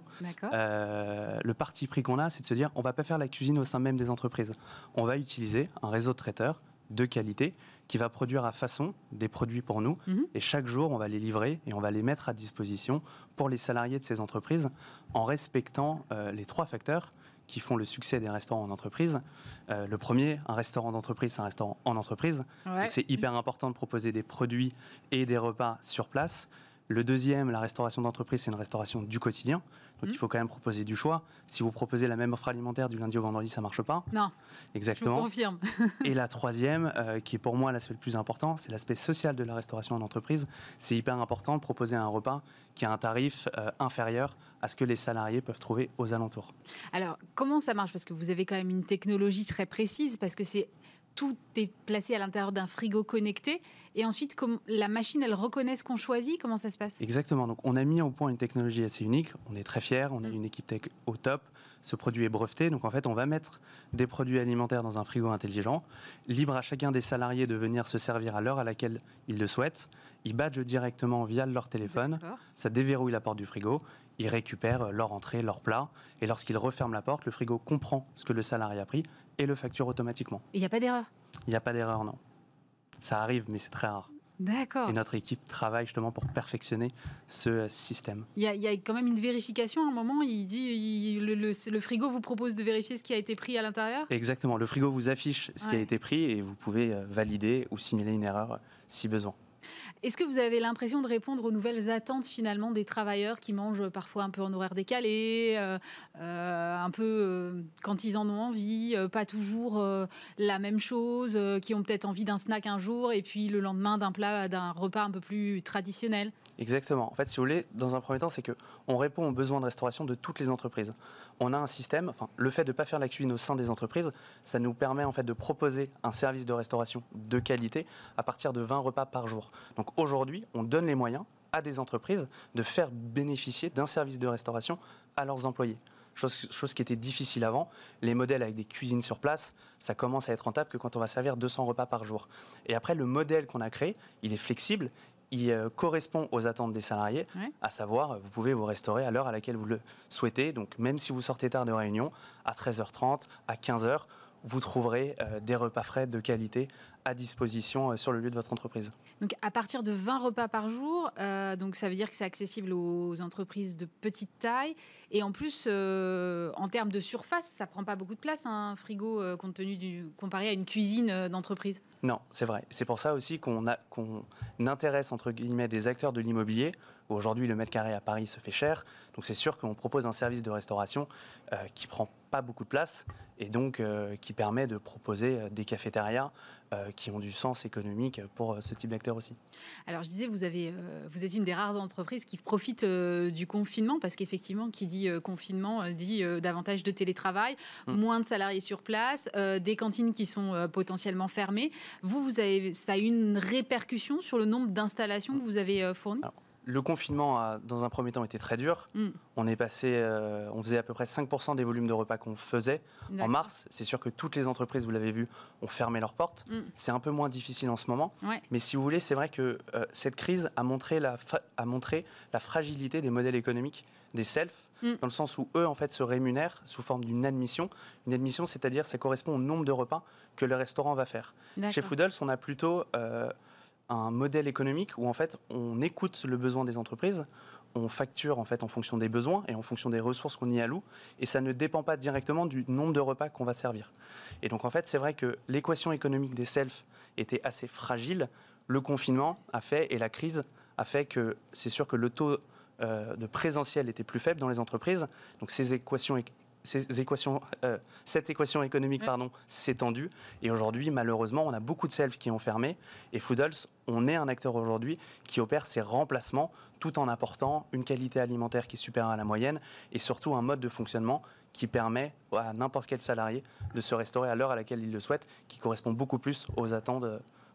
Euh, le parti pris qu'on a, c'est de se dire on ne va pas faire la cuisine au sein même des entreprises. On va utiliser un réseau de traiteurs de qualité qui va produire à façon des produits pour nous mmh. et chaque jour on va les livrer et on va les mettre à disposition pour les salariés de ces entreprises en respectant euh, les trois facteurs qui font le succès des restaurants en entreprise. Euh, le premier, un restaurant d'entreprise, c'est un restaurant en entreprise. Ouais. Donc c'est hyper important de proposer des produits et des repas sur place. Le deuxième, la restauration d'entreprise, c'est une restauration du quotidien. Donc, mmh. il faut quand même proposer du choix. Si vous proposez la même offre alimentaire du lundi au vendredi, ça ne marche pas. Non, exactement. Je vous confirme. Et la troisième, euh, qui est pour moi l'aspect le plus important, c'est l'aspect social de la restauration en entreprise. C'est hyper important de proposer un repas qui a un tarif euh, inférieur à ce que les salariés peuvent trouver aux alentours. Alors, comment ça marche ? Parce que vous avez quand même une technologie très précise, parce que c'est... tout est placé à l'intérieur d'un frigo connecté. Et ensuite, comme la machine, elle reconnaît ce qu'on choisit. Comment ça se passe ? Exactement. Donc, on a mis au point une technologie assez unique. On est très fiers. On a une équipe tech au top. Ce produit est breveté. Donc, en fait, on va mettre des produits alimentaires dans un frigo intelligent. Libre à chacun des salariés de venir se servir à l'heure à laquelle ils le souhaitent. Ils badgent directement via leur téléphone. D'accord. Ça déverrouille la porte du frigo. Ils récupèrent leur entrée, leur plat. Et lorsqu'ils referment la porte, le frigo comprend ce que le salarié a pris et le facture automatiquement. Il n'y a pas d'erreur ? Il n'y a pas d'erreur, non. Ça arrive, mais c'est très rare. D'accord. Et notre équipe travaille justement pour perfectionner ce système. Il y a, il y a quand même une vérification. À un moment, il dit, il, le, le, le frigo vous propose de vérifier ce qui a été pris à l'intérieur ? Exactement. Le frigo vous affiche ce ouais. qui a été pris et vous pouvez valider ou signaler une erreur si besoin. Est-ce que vous avez l'impression de répondre aux nouvelles attentes finalement des travailleurs qui mangent parfois un peu en horaire décalé, euh, euh, un peu euh, quand ils en ont envie, euh, pas toujours euh, la même chose, euh, qui ont peut-être envie d'un snack un jour et puis le lendemain d'un plat, d'un repas un peu plus traditionnel ? Exactement. En fait, si vous voulez, dans un premier temps, c'est qu'on répond aux besoins de restauration de toutes les entreprises. On a un système, enfin, le fait de ne pas faire la cuisine au sein des entreprises, ça nous permet en fait de proposer un service de restauration de qualité à partir de vingt repas par jour. Donc aujourd'hui, on donne les moyens à des entreprises de faire bénéficier d'un service de restauration à leurs employés. Chose, chose qui était difficile avant. Les modèles avec des cuisines sur place, ça commence à être rentable que quand on va servir deux cents repas par jour. Et après, le modèle qu'on a créé, il est flexible. Il euh, correspond aux attentes des salariés, ouais. à savoir, vous pouvez vous restaurer à l'heure à laquelle vous le souhaitez. Donc, même si vous sortez tard de réunion, à treize heures trente, à quinze heures, vous trouverez euh, des repas frais de qualité à disposition euh, sur le lieu de votre entreprise. Donc, à partir de vingt repas par jour, euh, donc ça veut dire que c'est accessible aux entreprises de petite taille. Et en plus, euh, en termes de surface, ça ne prend pas beaucoup de place, un frigo, euh, compte tenu du, comparé à une cuisine euh, d'entreprise. Non, c'est vrai. C'est pour ça aussi qu'on, a, qu'on intéresse, entre guillemets, des acteurs de l'immobilier. Aujourd'hui, le mètre carré à Paris se fait cher. Donc, c'est sûr qu'on propose un service de restauration euh, qui ne prend pas beaucoup de place et donc euh, qui permet de proposer des cafétérias euh, qui ont du sens économique pour euh, ce type d'acteurs aussi. Alors, je disais, vous, avez, euh, vous êtes une des rares entreprises qui profitent euh, du confinement parce qu'effectivement, qui dit euh, confinement euh, dit euh, davantage de télétravail, mmh. moins de salariés sur place, euh, des cantines qui sont euh, potentiellement fermées. Vous, vous avez, ça a eu une répercussion sur le nombre d'installations que vous avez euh, fournies ? Alors, le confinement a, dans un premier temps, été très dur. Mm. On est passé, euh, on faisait à peu près cinq pour cent des volumes de repas qu'on faisait. D'accord. En mars, c'est sûr que toutes les entreprises, vous l'avez vu, ont fermé leurs portes. Mm. C'est un peu moins difficile en ce moment. Ouais. Mais si vous voulez, c'est vrai que euh, cette crise a montré, la fa- a montré la fragilité des modèles économiques des self, mm. dans le sens où eux, en fait, se rémunèrent sous forme d'une admission. Une admission, c'est-à-dire, ça correspond au nombre de repas que le restaurant va faire. D'accord. Chez Foodles, on a plutôt... Euh, un modèle économique où en fait on écoute le besoin des entreprises, on facture en fait en fonction des besoins et en fonction des ressources qu'on y alloue et ça ne dépend pas directement du nombre de repas qu'on va servir. Et donc en fait c'est vrai que l'équation économique des selfs était assez fragile. Le confinement a fait et la crise a fait que c'est sûr que le taux euh, de présentiel était plus faible dans les entreprises. Donc ces équations Ces équations, euh, cette équation économique pardon, s'est tendue. Et aujourd'hui, malheureusement, on a beaucoup de selfs qui ont fermé. Et Foodles, on est un acteur aujourd'hui qui opère ces remplacements tout en apportant une qualité alimentaire qui est supérieure à la moyenne et surtout un mode de fonctionnement qui permet à n'importe quel salarié de se restaurer à l'heure à laquelle il le souhaite, qui correspond beaucoup plus aux attentes,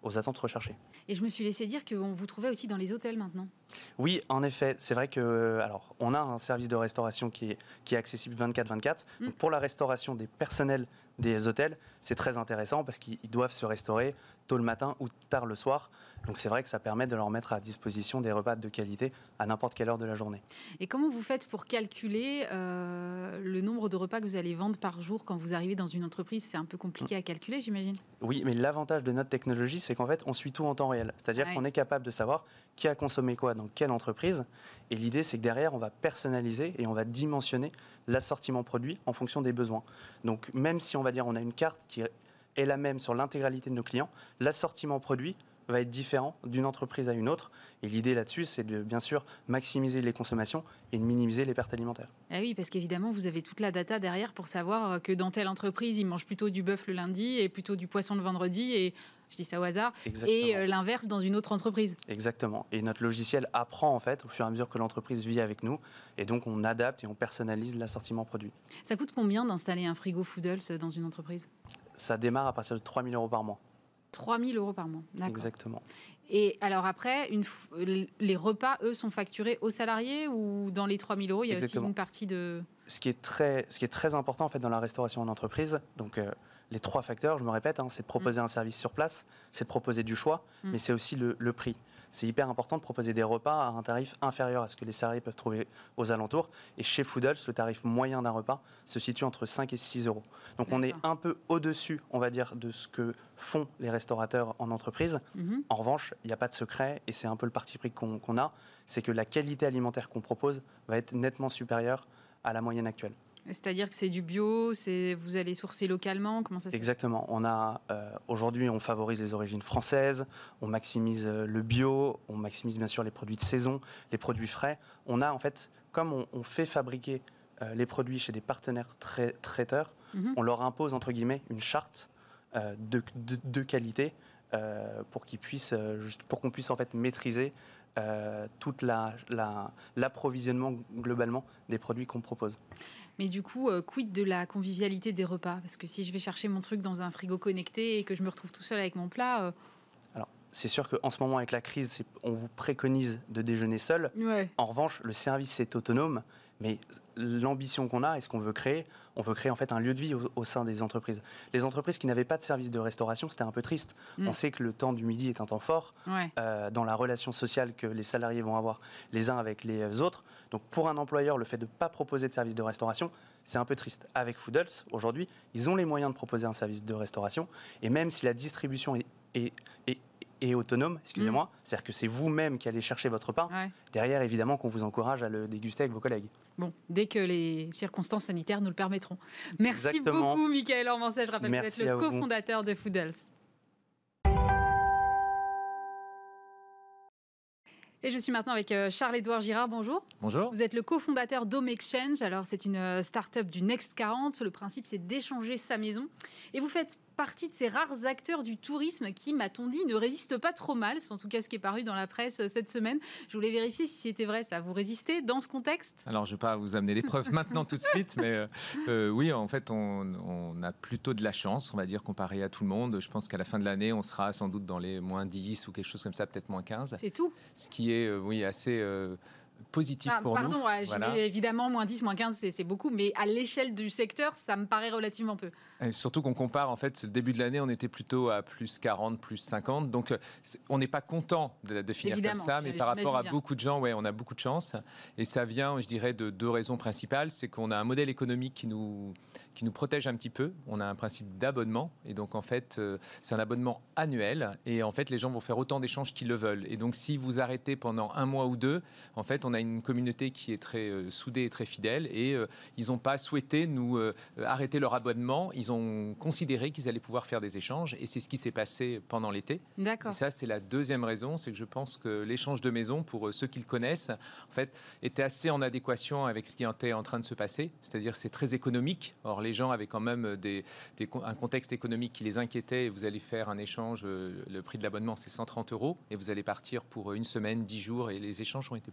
aux attentes recherchées. Et je me suis laissé dire qu'on vous trouvait aussi dans les hôtels maintenant. Oui, en effet, c'est vrai que alors on a un service de restauration qui est, qui est accessible vingt-quatre vingt-quatre. Mmh. Donc pour la restauration des personnels des hôtels, c'est très intéressant parce qu'ils doivent se restaurer tôt le matin ou tard le soir. Donc c'est vrai que ça permet de leur mettre à disposition des repas de qualité à n'importe quelle heure de la journée. Et comment vous faites pour calculer euh, le nombre de repas que vous allez vendre par jour quand vous arrivez dans une entreprise? C'est un peu compliqué mmh. à calculer, j'imagine. Oui, mais l'avantage de notre technologie, c'est qu'en fait, on suit tout en temps réel. C'est-à-dire ouais. qu'on est capable de savoir qui a consommé quoi dans quelle entreprise. Et l'idée, c'est que derrière, on va personnaliser et on va dimensionner l'assortiment produit en fonction des besoins. Donc même si on va dire on a une carte qui est la même sur l'intégralité de nos clients, l'assortiment produit va être différent d'une entreprise à une autre. Et l'idée là-dessus, c'est de bien sûr maximiser les consommations et de minimiser les pertes alimentaires. Ah oui, parce qu'évidemment, vous avez toute la data derrière pour savoir que dans telle entreprise, ils mangent plutôt du bœuf le lundi et plutôt du poisson le vendredi, et je dis ça au hasard, Exactement. et l'inverse dans une autre entreprise. Exactement. Et notre logiciel apprend en fait au fur et à mesure que l'entreprise vit avec nous, et donc on adapte et on personnalise l'assortiment produit. Ça coûte combien d'installer un frigo Foodles dans une entreprise? Ça démarre à partir de trois mille euros par mois. trois mille euros par mois, d'accord. Exactement. Et alors après, une, les repas, eux, sont facturés aux salariés, ou dans les trois mille euros, il y a Exactement. aussi une partie de... Ce qui est très, ce qui est très important en fait, dans la restauration en entreprise, donc euh, les trois facteurs, je me répète, hein, c'est de proposer mmh. un service sur place, c'est de proposer du choix, mmh. mais c'est aussi le, le prix. C'est hyper important de proposer des repas à un tarif inférieur à ce que les salariés peuvent trouver aux alentours. Et chez Foodles, le tarif moyen d'un repas se situe entre cinq et six euros. Donc D'accord. on est un peu au-dessus, on va dire, de ce que font les restaurateurs en entreprise. Mm-hmm. En revanche, il n'y a pas de secret, et c'est un peu le parti pris qu'on, qu'on a, c'est que la qualité alimentaire qu'on propose va être nettement supérieure à la moyenne actuelle. C'est-à-dire que c'est du bio, c'est, vous allez sourcer localement, comment ça se fait ? Exactement. On a, euh, aujourd'hui, on favorise les origines françaises, on maximise euh, le bio, on maximise bien sûr les produits de saison, les produits frais. On a en fait, comme on, on fait fabriquer euh, les produits chez des partenaires trai- traiteurs, mm-hmm. on leur impose entre guillemets une charte euh, de, de, de qualité euh, pour qu'ils puissent, euh, juste, pour qu'on puisse en fait maîtriser euh, toute la, la, l'approvisionnement globalement des produits qu'on propose. Mais du coup, euh, quid de la convivialité des repas ? Parce que si je vais chercher mon truc dans un frigo connecté et que je me retrouve tout seul avec mon plat... Euh... Alors, c'est sûr qu'en ce moment, avec la crise, c'est, on vous préconise de déjeuner seul. Ouais. En revanche, le service est autonome, mais l'ambition qu'on a et ce qu'on veut créer, on veut créer en fait un lieu de vie au, au sein des entreprises. Les entreprises qui n'avaient pas de service de restauration, c'était un peu triste. Mmh. On sait que le temps du midi est un temps fort ouais. euh, dans la relation sociale que les salariés vont avoir les uns avec les autres. Donc pour un employeur, le fait de ne pas proposer de service de restauration, c'est un peu triste. Avec Foodles, aujourd'hui, ils ont les moyens de proposer un service de restauration. Et même si la distribution est, est, est, est autonome, excusez-moi, mmh. c'est-à-dire que c'est vous-même qui allez chercher votre pain, ouais. derrière, évidemment, qu'on vous encourage à le déguster avec vos collègues. Bon, dès que les circonstances sanitaires nous le permettront. Merci Exactement. beaucoup, Michael Ormancet. Je rappelle Merci que vous êtes le cofondateur de Foodles. Et je suis maintenant avec Charles-Édouard Girard. Bonjour. Bonjour. Vous êtes le cofondateur d'Home Exchange. Alors, c'est une start-up du Next quarante. Le principe, c'est d'échanger sa maison. Et vous faites partie de ces rares acteurs du tourisme qui, m'a-t-on dit, ne résistent pas trop mal. C'est en tout cas ce qui est paru dans la presse cette semaine. Je voulais vérifier si c'était vrai, ça. Vous résistez dans ce contexte ? Alors, je ne vais pas vous amener les preuves maintenant tout de suite, mais euh, euh, oui, en fait, on, on a plutôt de la chance, on va dire, comparé à tout le monde. Je pense qu'à la fin de l'année, on sera sans doute dans les moins dix ou quelque chose comme ça, peut-être moins quinze. C'est tout ? Ce qui est, euh, oui, assez... Euh, positif ah, pour pardon, nous. Ouais, voilà. Évidemment, moins dix, moins quinze, c'est, c'est beaucoup, mais à l'échelle du secteur, ça me paraît relativement peu. Et surtout qu'on compare, en fait, le début de l'année, on était plutôt à plus quarante, plus cinquante, donc on n'est pas content de, de finir Évidemment, comme ça, mais par rapport à bien. beaucoup de gens, ouais, on a beaucoup de chance, et ça vient, je dirais, de deux raisons principales. C'est qu'on a un modèle économique qui nous, qui nous protège un petit peu. On a un principe d'abonnement, et donc en fait, euh, c'est un abonnement annuel, et en fait, les gens vont faire autant d'échanges qu'ils le veulent. Et donc, si vous arrêtez pendant un mois ou deux, en fait, on a une communauté qui est très euh, soudée et très fidèle, et euh, ils n'ont pas souhaité nous euh, arrêter leur abonnement. Ils ont considéré qu'ils allaient pouvoir faire des échanges, et c'est ce qui s'est passé pendant l'été. D'accord. Et ça, c'est la deuxième raison, c'est que je pense que l'échange de maison, pour euh, ceux qui le connaissent, en fait, était assez en adéquation avec ce qui était en train de se passer. C'est-à-dire, c'est très économique. Or, les gens avaient quand même des, des, un contexte économique qui les inquiétait. Et vous allez faire un échange, euh, le prix de l'abonnement, c'est cent trente euros, et vous allez partir pour une semaine, dix jours, et les échanges ont été plus longs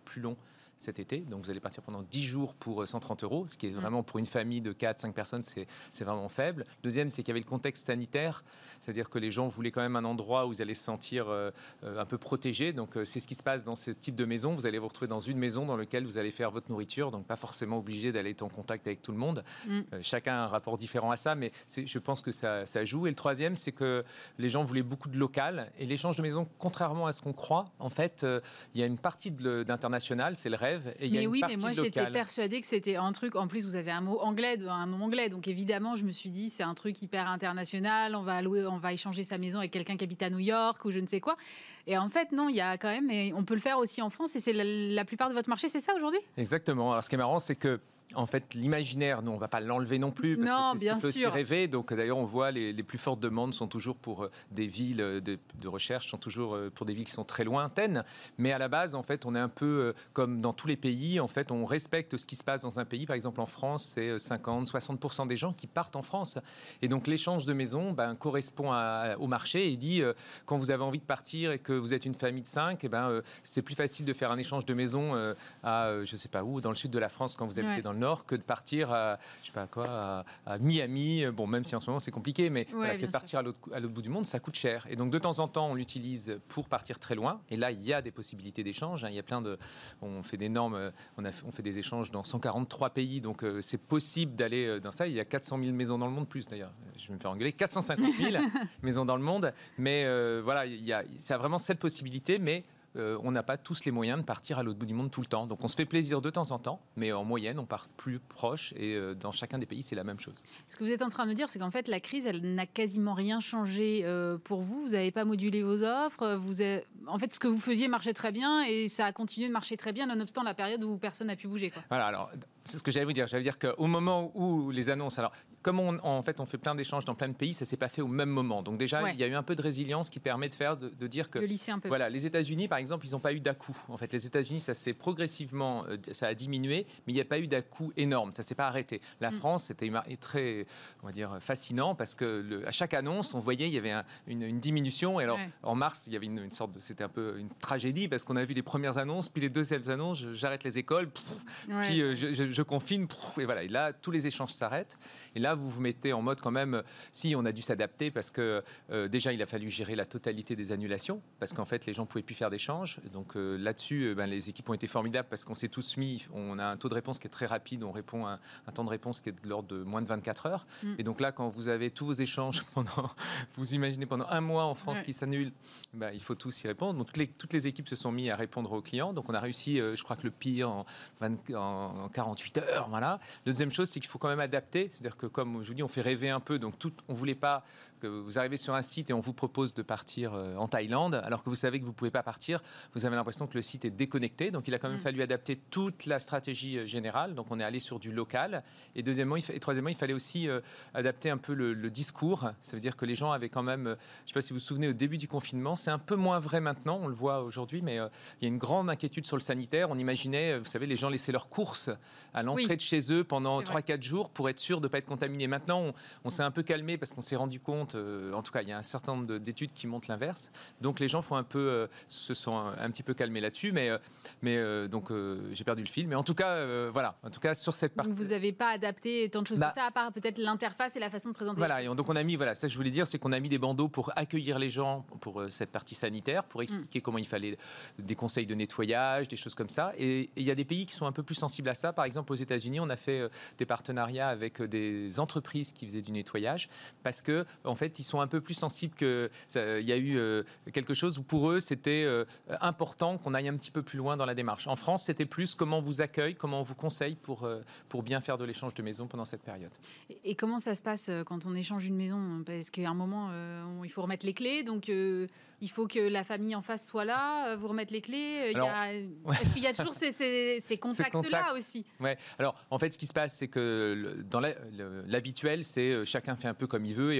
cet été. Donc vous allez partir pendant dix jours pour cent trente euros, ce qui est vraiment pour une famille de quatre cinq personnes, c'est, c'est vraiment faible. Deuxième, c'est qu'il y avait le contexte sanitaire, c'est-à-dire que les gens voulaient quand même un endroit où ils allaient se sentir euh, un peu protégés. Donc euh, c'est ce qui se passe dans ce type de maison. Vous allez vous retrouver dans une maison dans laquelle vous allez faire votre nourriture, donc pas forcément obligé d'aller être en contact avec tout le monde. Mm. Euh, chacun a un rapport différent à ça, mais c'est, je pense que ça, ça joue. Et le troisième, c'est que les gens voulaient beaucoup de local. Et l'échange de maison, contrairement à ce qu'on croit, en fait, euh, il y a une partie de, d'international, c'est le rêve. Et il y a mais une oui, partie mais moi j'étais persuadée que c'était un truc. En plus, vous avez un mot anglais, un nom anglais, donc évidemment, je me suis dit c'est un truc hyper international. On va louer, on va échanger sa maison avec quelqu'un qui habite à New York ou je ne sais quoi. Et en fait, non, il y a quand même. Et on peut le faire aussi en France. Et c'est la, la plupart de votre marché, c'est ça aujourd'hui ? Exactement. Alors, ce qui est marrant, c'est que en fait, l'imaginaire, nous, on ne va pas l'enlever non plus, parce non, que c'est bien ce qui peut sûr. aussi rêver. Donc, d'ailleurs, on voit les, les plus fortes demandes sont toujours pour euh, des villes euh, de, de recherche, sont toujours euh, pour des villes qui sont très lointaines. Mais à la base, en fait, on est un peu euh, comme dans tous les pays. En fait, on respecte ce qui se passe dans un pays. Par exemple, en France, c'est cinquante à soixante pour cent des gens qui partent en France. Et donc, l'échange de maison ben, correspond à, au marché et dit, euh, quand vous avez envie de partir et que vous êtes une famille de cinq, eh ben, euh, c'est plus facile de faire un échange de maison euh, à, euh, je ne sais pas où, dans le sud de la France, quand vous habitez ouais. dans le nord, que de partir à, je sais pas quoi, à, à Miami, bon, même si en ce moment c'est compliqué, mais ouais, voilà, que de partir à l'autre, à l'autre bout du monde, ça coûte cher. Et donc de temps en temps, on l'utilise pour partir très loin. Et là, il y a des possibilités d'échange. Hein. Il y a plein de, on fait des normes, on, a, on fait des échanges dans cent quarante-trois pays, donc euh, c'est possible d'aller dans ça. Il y a quatre cent mille maisons dans le monde, plus d'ailleurs. Je vais me faire engueuler, quatre cent cinquante mille maisons dans le monde. Mais euh, voilà, il y a, ça a vraiment cette possibilité, mais Euh, on n'a pas tous les moyens de partir à l'autre bout du monde tout le temps. Donc on se fait plaisir de temps en temps, mais en moyenne, on part plus proche et euh, dans chacun des pays, c'est la même chose. Ce que vous êtes en train de me dire, c'est qu'en fait, la crise, elle n'a quasiment rien changé euh, pour vous. Vous n'avez pas modulé vos offres. Vous avez... En fait, ce que vous faisiez marchait très bien et ça a continué de marcher très bien, nonobstant la période où personne n'a pu bouger, quoi. Voilà, alors c'est ce que j'allais vous dire. J'allais dire qu'au moment où les annonces... Alors, comme on, en fait, on fait plein d'échanges dans plein de pays, ça ne s'est pas fait au même moment. Donc déjà, ouais. il y a eu un peu de résilience qui permet de faire, de, de dire que... De lisser un peu. Voilà, les États-Unis, par exemple, ils n'ont pas eu d'à-coup. En fait, les États-Unis, ça s'est progressivement... Ça a diminué, mais il n'y a pas eu d'à-coup énorme. Ça ne s'est pas arrêté. La mm. France, c'était très, on va dire, fascinant parce que le, à chaque annonce, on voyait il y avait un, une, une diminution. Et alors, ouais. en mars, il y avait une, une sorte de... C'était un peu une tragédie parce qu'on a vu les premières annonces, puis les deuxièmes annonces, j'arrête les écoles, pff, ouais. puis euh, je, je, je confine, pff, et voilà. Et là, tous les échanges s'arrêtent. Et là, vous vous mettez en mode quand même, si on a dû s'adapter parce que euh, déjà il a fallu gérer la totalité des annulations parce qu'en fait les gens ne pouvaient plus faire d'échanges. Donc euh, là-dessus, euh, ben, les équipes ont été formidables parce qu'on s'est tous mis, on a un taux de réponse qui est très rapide, on répond à un, un temps de réponse qui est de l'ordre de moins de vingt-quatre heures. Mm. Et donc là, quand vous avez tous vos échanges pendant, vous imaginez pendant un mois en France ouais. qui s'annulent, ben, il faut tous y répondre. Donc toutes les, toutes les équipes se sont mis à répondre aux clients. Donc on a réussi, euh, je crois que le pire en, vingt, en, en quarante-huit heures. Voilà. La deuxième chose, c'est qu'il faut quand même adapter. C'est-à-dire que comme je vous dis, on fait rêver un peu, donc tout, on ne voulait pas que vous arrivez sur un site et on vous propose de partir euh, en Thaïlande, alors que vous savez que vous ne pouvez pas partir, vous avez l'impression que le site est déconnecté, donc il a quand même mmh. fallu adapter toute la stratégie euh, générale, donc on est allé sur du local, et deuxièmement, il fa- et troisièmement, il fallait aussi euh, adapter un peu le, le discours, ça veut dire que les gens avaient quand même, euh, je ne sais pas si vous vous souvenez, au début du confinement, c'est un peu moins vrai maintenant, on le voit aujourd'hui, mais euh, il y a une grande inquiétude sur le sanitaire, on imaginait, vous savez, les gens laissaient leurs courses à l'entrée oui. de chez eux pendant trois quatre jours pour être sûr de ne pas être contaminés. Maintenant, on, on s'est un peu calmé parce qu'on s'est rendu compte, euh, en tout cas, il y a un certain nombre d'études qui montrent l'inverse. Donc les gens font un peu, euh, se sont un, un petit peu calmés là-dessus, mais, euh, mais euh, donc euh, j'ai perdu le fil. Mais en tout cas, euh, voilà. En tout cas, sur cette partie. Donc vous n'avez pas adapté tant de choses bah, que ça, à part peut-être l'interface et la façon de présenter. Voilà. Et on, donc on a mis, voilà, ça que je voulais dire, c'est qu'on a mis des bandeaux pour accueillir les gens pour euh, cette partie sanitaire, pour expliquer mmh. comment il fallait des conseils de nettoyage, des choses comme ça. Et il y a des pays qui sont un peu plus sensibles à ça. Par exemple, aux États-Unis, on a fait euh, des partenariats avec euh, des entreprises qui faisaient du nettoyage parce que en fait, ils sont un peu plus sensibles que il y a eu euh, quelque chose où pour eux c'était euh, important qu'on aille un petit peu plus loin dans la démarche. En France, c'était plus comment on vous accueille, comment on vous conseille pour euh, pour bien faire de l'échange de maison pendant cette période. Et, et comment ça se passe quand on échange une maison? Parce qu'à un moment, euh, on, il faut remettre les clés, donc euh, il faut que la famille en face soit là, vous remettre les clés. Alors, il y a, ouais. Est-ce qu'il y a toujours ces, ces, ces contacts-là contact. aussi? Ouais. Alors, en fait, ce qui se passe, c'est que dans la, le, l'habituel, c'est chacun fait un peu comme il veut, et en moyenne,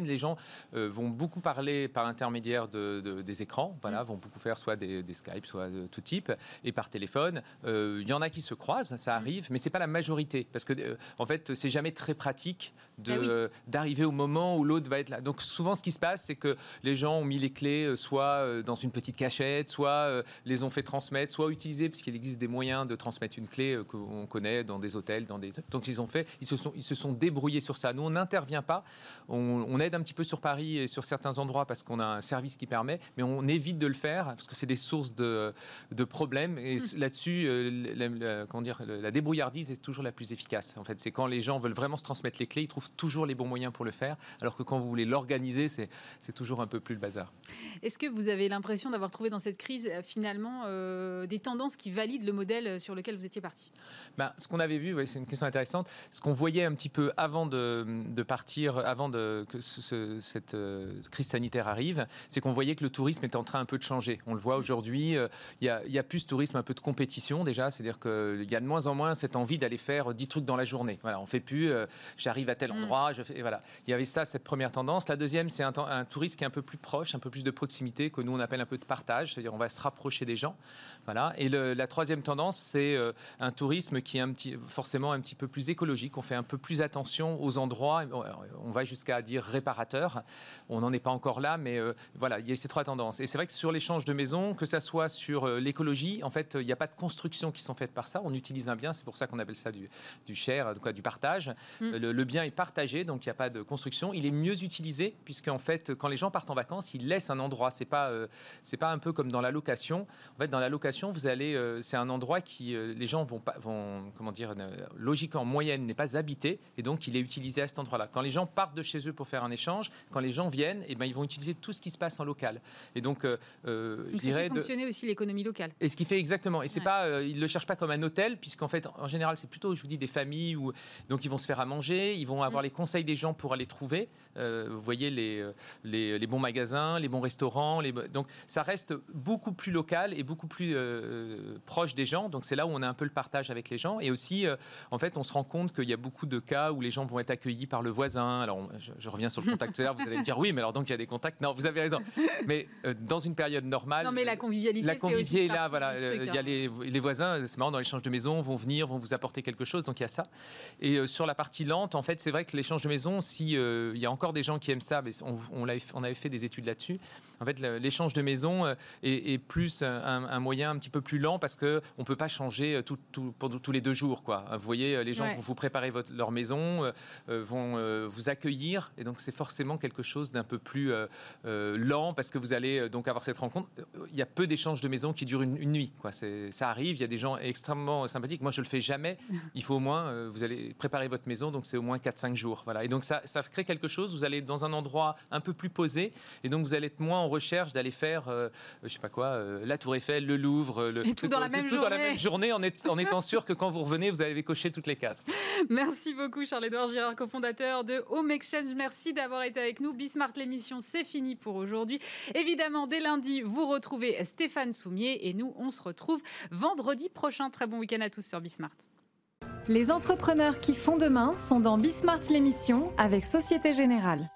viennent, les gens euh, vont beaucoup parler par l'intermédiaire de, de, des écrans, voilà, mmh. vont beaucoup faire soit des, des Skype, soit de tout type, et par téléphone. Il euh, y en a qui se croisent, ça arrive, mais c'est pas la majorité, parce que euh, en fait, c'est jamais très pratique de, ah oui. euh, d'arriver au moment où l'autre va être là. Donc souvent, ce qui se passe, c'est que les gens ont mis les clés euh, soit euh, dans une petite cachette, soit euh, les ont fait transmettre, soit utilisés, parce qu'il existe des moyens de transmettre une clé euh, qu'on connaît dans des hôtels, dans des... Donc ils ont fait, ils se sont, ils se sont débrouillés sur ça. Nous, on n'intervient pas, on, on aide un petit peu sur Paris et sur certains endroits parce qu'on a un service qui permet, mais on évite de le faire parce que c'est des sources de, de problèmes. Et mmh. là-dessus, euh, la, la, comment dire, la débrouillardise est toujours la plus efficace. En fait, c'est quand les gens veulent vraiment se transmettre les clés, ils trouvent toujours les bons moyens pour le faire, alors que quand vous voulez l'organiser, c'est, c'est toujours un peu plus le bazar. Est-ce que vous avez l'impression d'avoir trouvé dans cette crise finalement euh, des tendances qui valident le modèle sur lequel vous étiez parti? Ben, ce qu'on avait vu, ouais, c'est une question intéressante, ce qu'on voyait un petit peu avant de, de partir, avant de, que ce, cette euh, crise sanitaire arrive, c'est qu'on voyait que le tourisme était en train un peu de changer. On le voit aujourd'hui, il euh, y, y a plus de tourisme, un peu de compétition déjà, c'est-à-dire qu'il y a de moins en moins cette envie d'aller faire dix trucs dans la journée. Voilà, on fait plus, euh, j'arrive à tel endroit, je fais, et voilà. Il y avait ça, cette première tendance. La deuxième, c'est un, un tourisme qui est un peu plus proche, un peu plus de proximité, que nous on appelle un peu de partage, c'est-à-dire on va se rapprocher des gens. Voilà. Et le, la troisième tendance, c'est euh, un tourisme qui est un petit, forcément un petit peu plus écologique. On fait un peu plus attention aux endroits. On va jusqu'à dire réparateur. On n'en est pas encore là, mais euh, voilà, il y a ces trois tendances. Et c'est vrai que sur l'échange de maisons, que ça soit sur euh, l'écologie, en fait, il n'y a pas de construction qui sont faites par ça. On utilise un bien, c'est pour ça qu'on appelle ça du, du share, quoi, du partage. Mm. Le, le bien est partagé, donc il n'y a pas de construction. Il est mieux utilisé, puisqu'en fait, quand les gens partent en vacances, ils laissent un endroit. C'est pas, euh, c'est pas un peu comme dans la location. En fait, dans la location, vous allez, euh, c'est un endroit qui, euh, les gens vont pas, vont, comment dire, euh, logique en moyenne n'est pas habité, et donc il est utilisé à cet endroit-là. Quand les gens partent de chez eux pour faire un échange, quand les gens viennent, eh ben, ils vont utiliser tout ce qui se passe en local. Et donc, euh, donc je dirais... Ça fait fonctionner de... aussi l'économie locale. Et ce qui fait exactement. Et c'est ouais. pas, euh, ils ne le cherchent pas comme un hôtel, puisqu'en fait, en général, c'est plutôt, je vous dis, des familles où donc ils vont se faire à manger, ils vont avoir mmh. les conseils des gens pour aller trouver. Euh, vous voyez les, les, les bons magasins, les bons restaurants. Les... Donc, ça reste beaucoup plus local et beaucoup plus euh, proche des gens. Donc, c'est là où on a un peu le partage avec les gens. Et aussi, euh, en fait, on se rend compte qu'il y a beaucoup de cas où les gens vont être accueillis par le voisin. Alors, on, je, je reviens sur le contact tout à l'heure. Vous allez me dire, oui, mais alors donc il y a des contacts. Non, vous avez raison. Mais euh, dans une période normale... Non, mais la convivialité, la convivialité est là, voilà. Euh, il y a les, les voisins, c'est marrant, dans l'échange de maisons, vont venir, vont vous apporter quelque chose. Donc, il y a ça. Et euh, sur la partie lente, en fait, c'est vrai que l'échange de maisons, si euh, il y a encore des gens qui aiment ça, mais on, on, l'avait, on avait fait des études là-dessus. En fait, l'échange de maisons est, est plus un, un moyen un petit peu plus lent parce qu'on ne peut pas changer tout, tout, pendant tous les deux jours, quoi. Vous voyez, les gens ouais. vont vous préparer votre, leur maison, euh, vont euh, vous accueillir, et donc c'est forcément quelque chose d'un peu plus euh, euh, lent parce que vous allez euh, donc avoir cette rencontre. Il y a peu d'échanges de maisons qui durent une, une nuit, quoi. C'est, ça arrive, il y a des gens extrêmement sympathiques. Moi, je le fais jamais. Il faut au moins, euh, vous allez préparer votre maison, donc c'est au moins quatre cinq jours. Voilà. Et donc ça, ça crée quelque chose. Vous allez être dans un endroit un peu plus posé, et donc vous allez être moins en recherche d'aller faire, euh, je sais pas quoi, euh, la Tour Eiffel, le Louvre, le, et tout, tout dans la même tout journée. Dans la même journée, en, est, en étant sûr que quand vous revenez, vous avez coché toutes les cases. Merci beaucoup, Charles-Édouard Girard, cofondateur de Home Exchange. Merci d'avoir été avec nous. Bismart, l'émission, c'est fini pour aujourd'hui. Évidemment, dès lundi, vous retrouvez Stéphane Soumier, et nous, on se retrouve vendredi prochain. Très bon week-end à tous sur Bismart. Les entrepreneurs qui font demain sont dans Bismart, l'émission, avec Société Générale.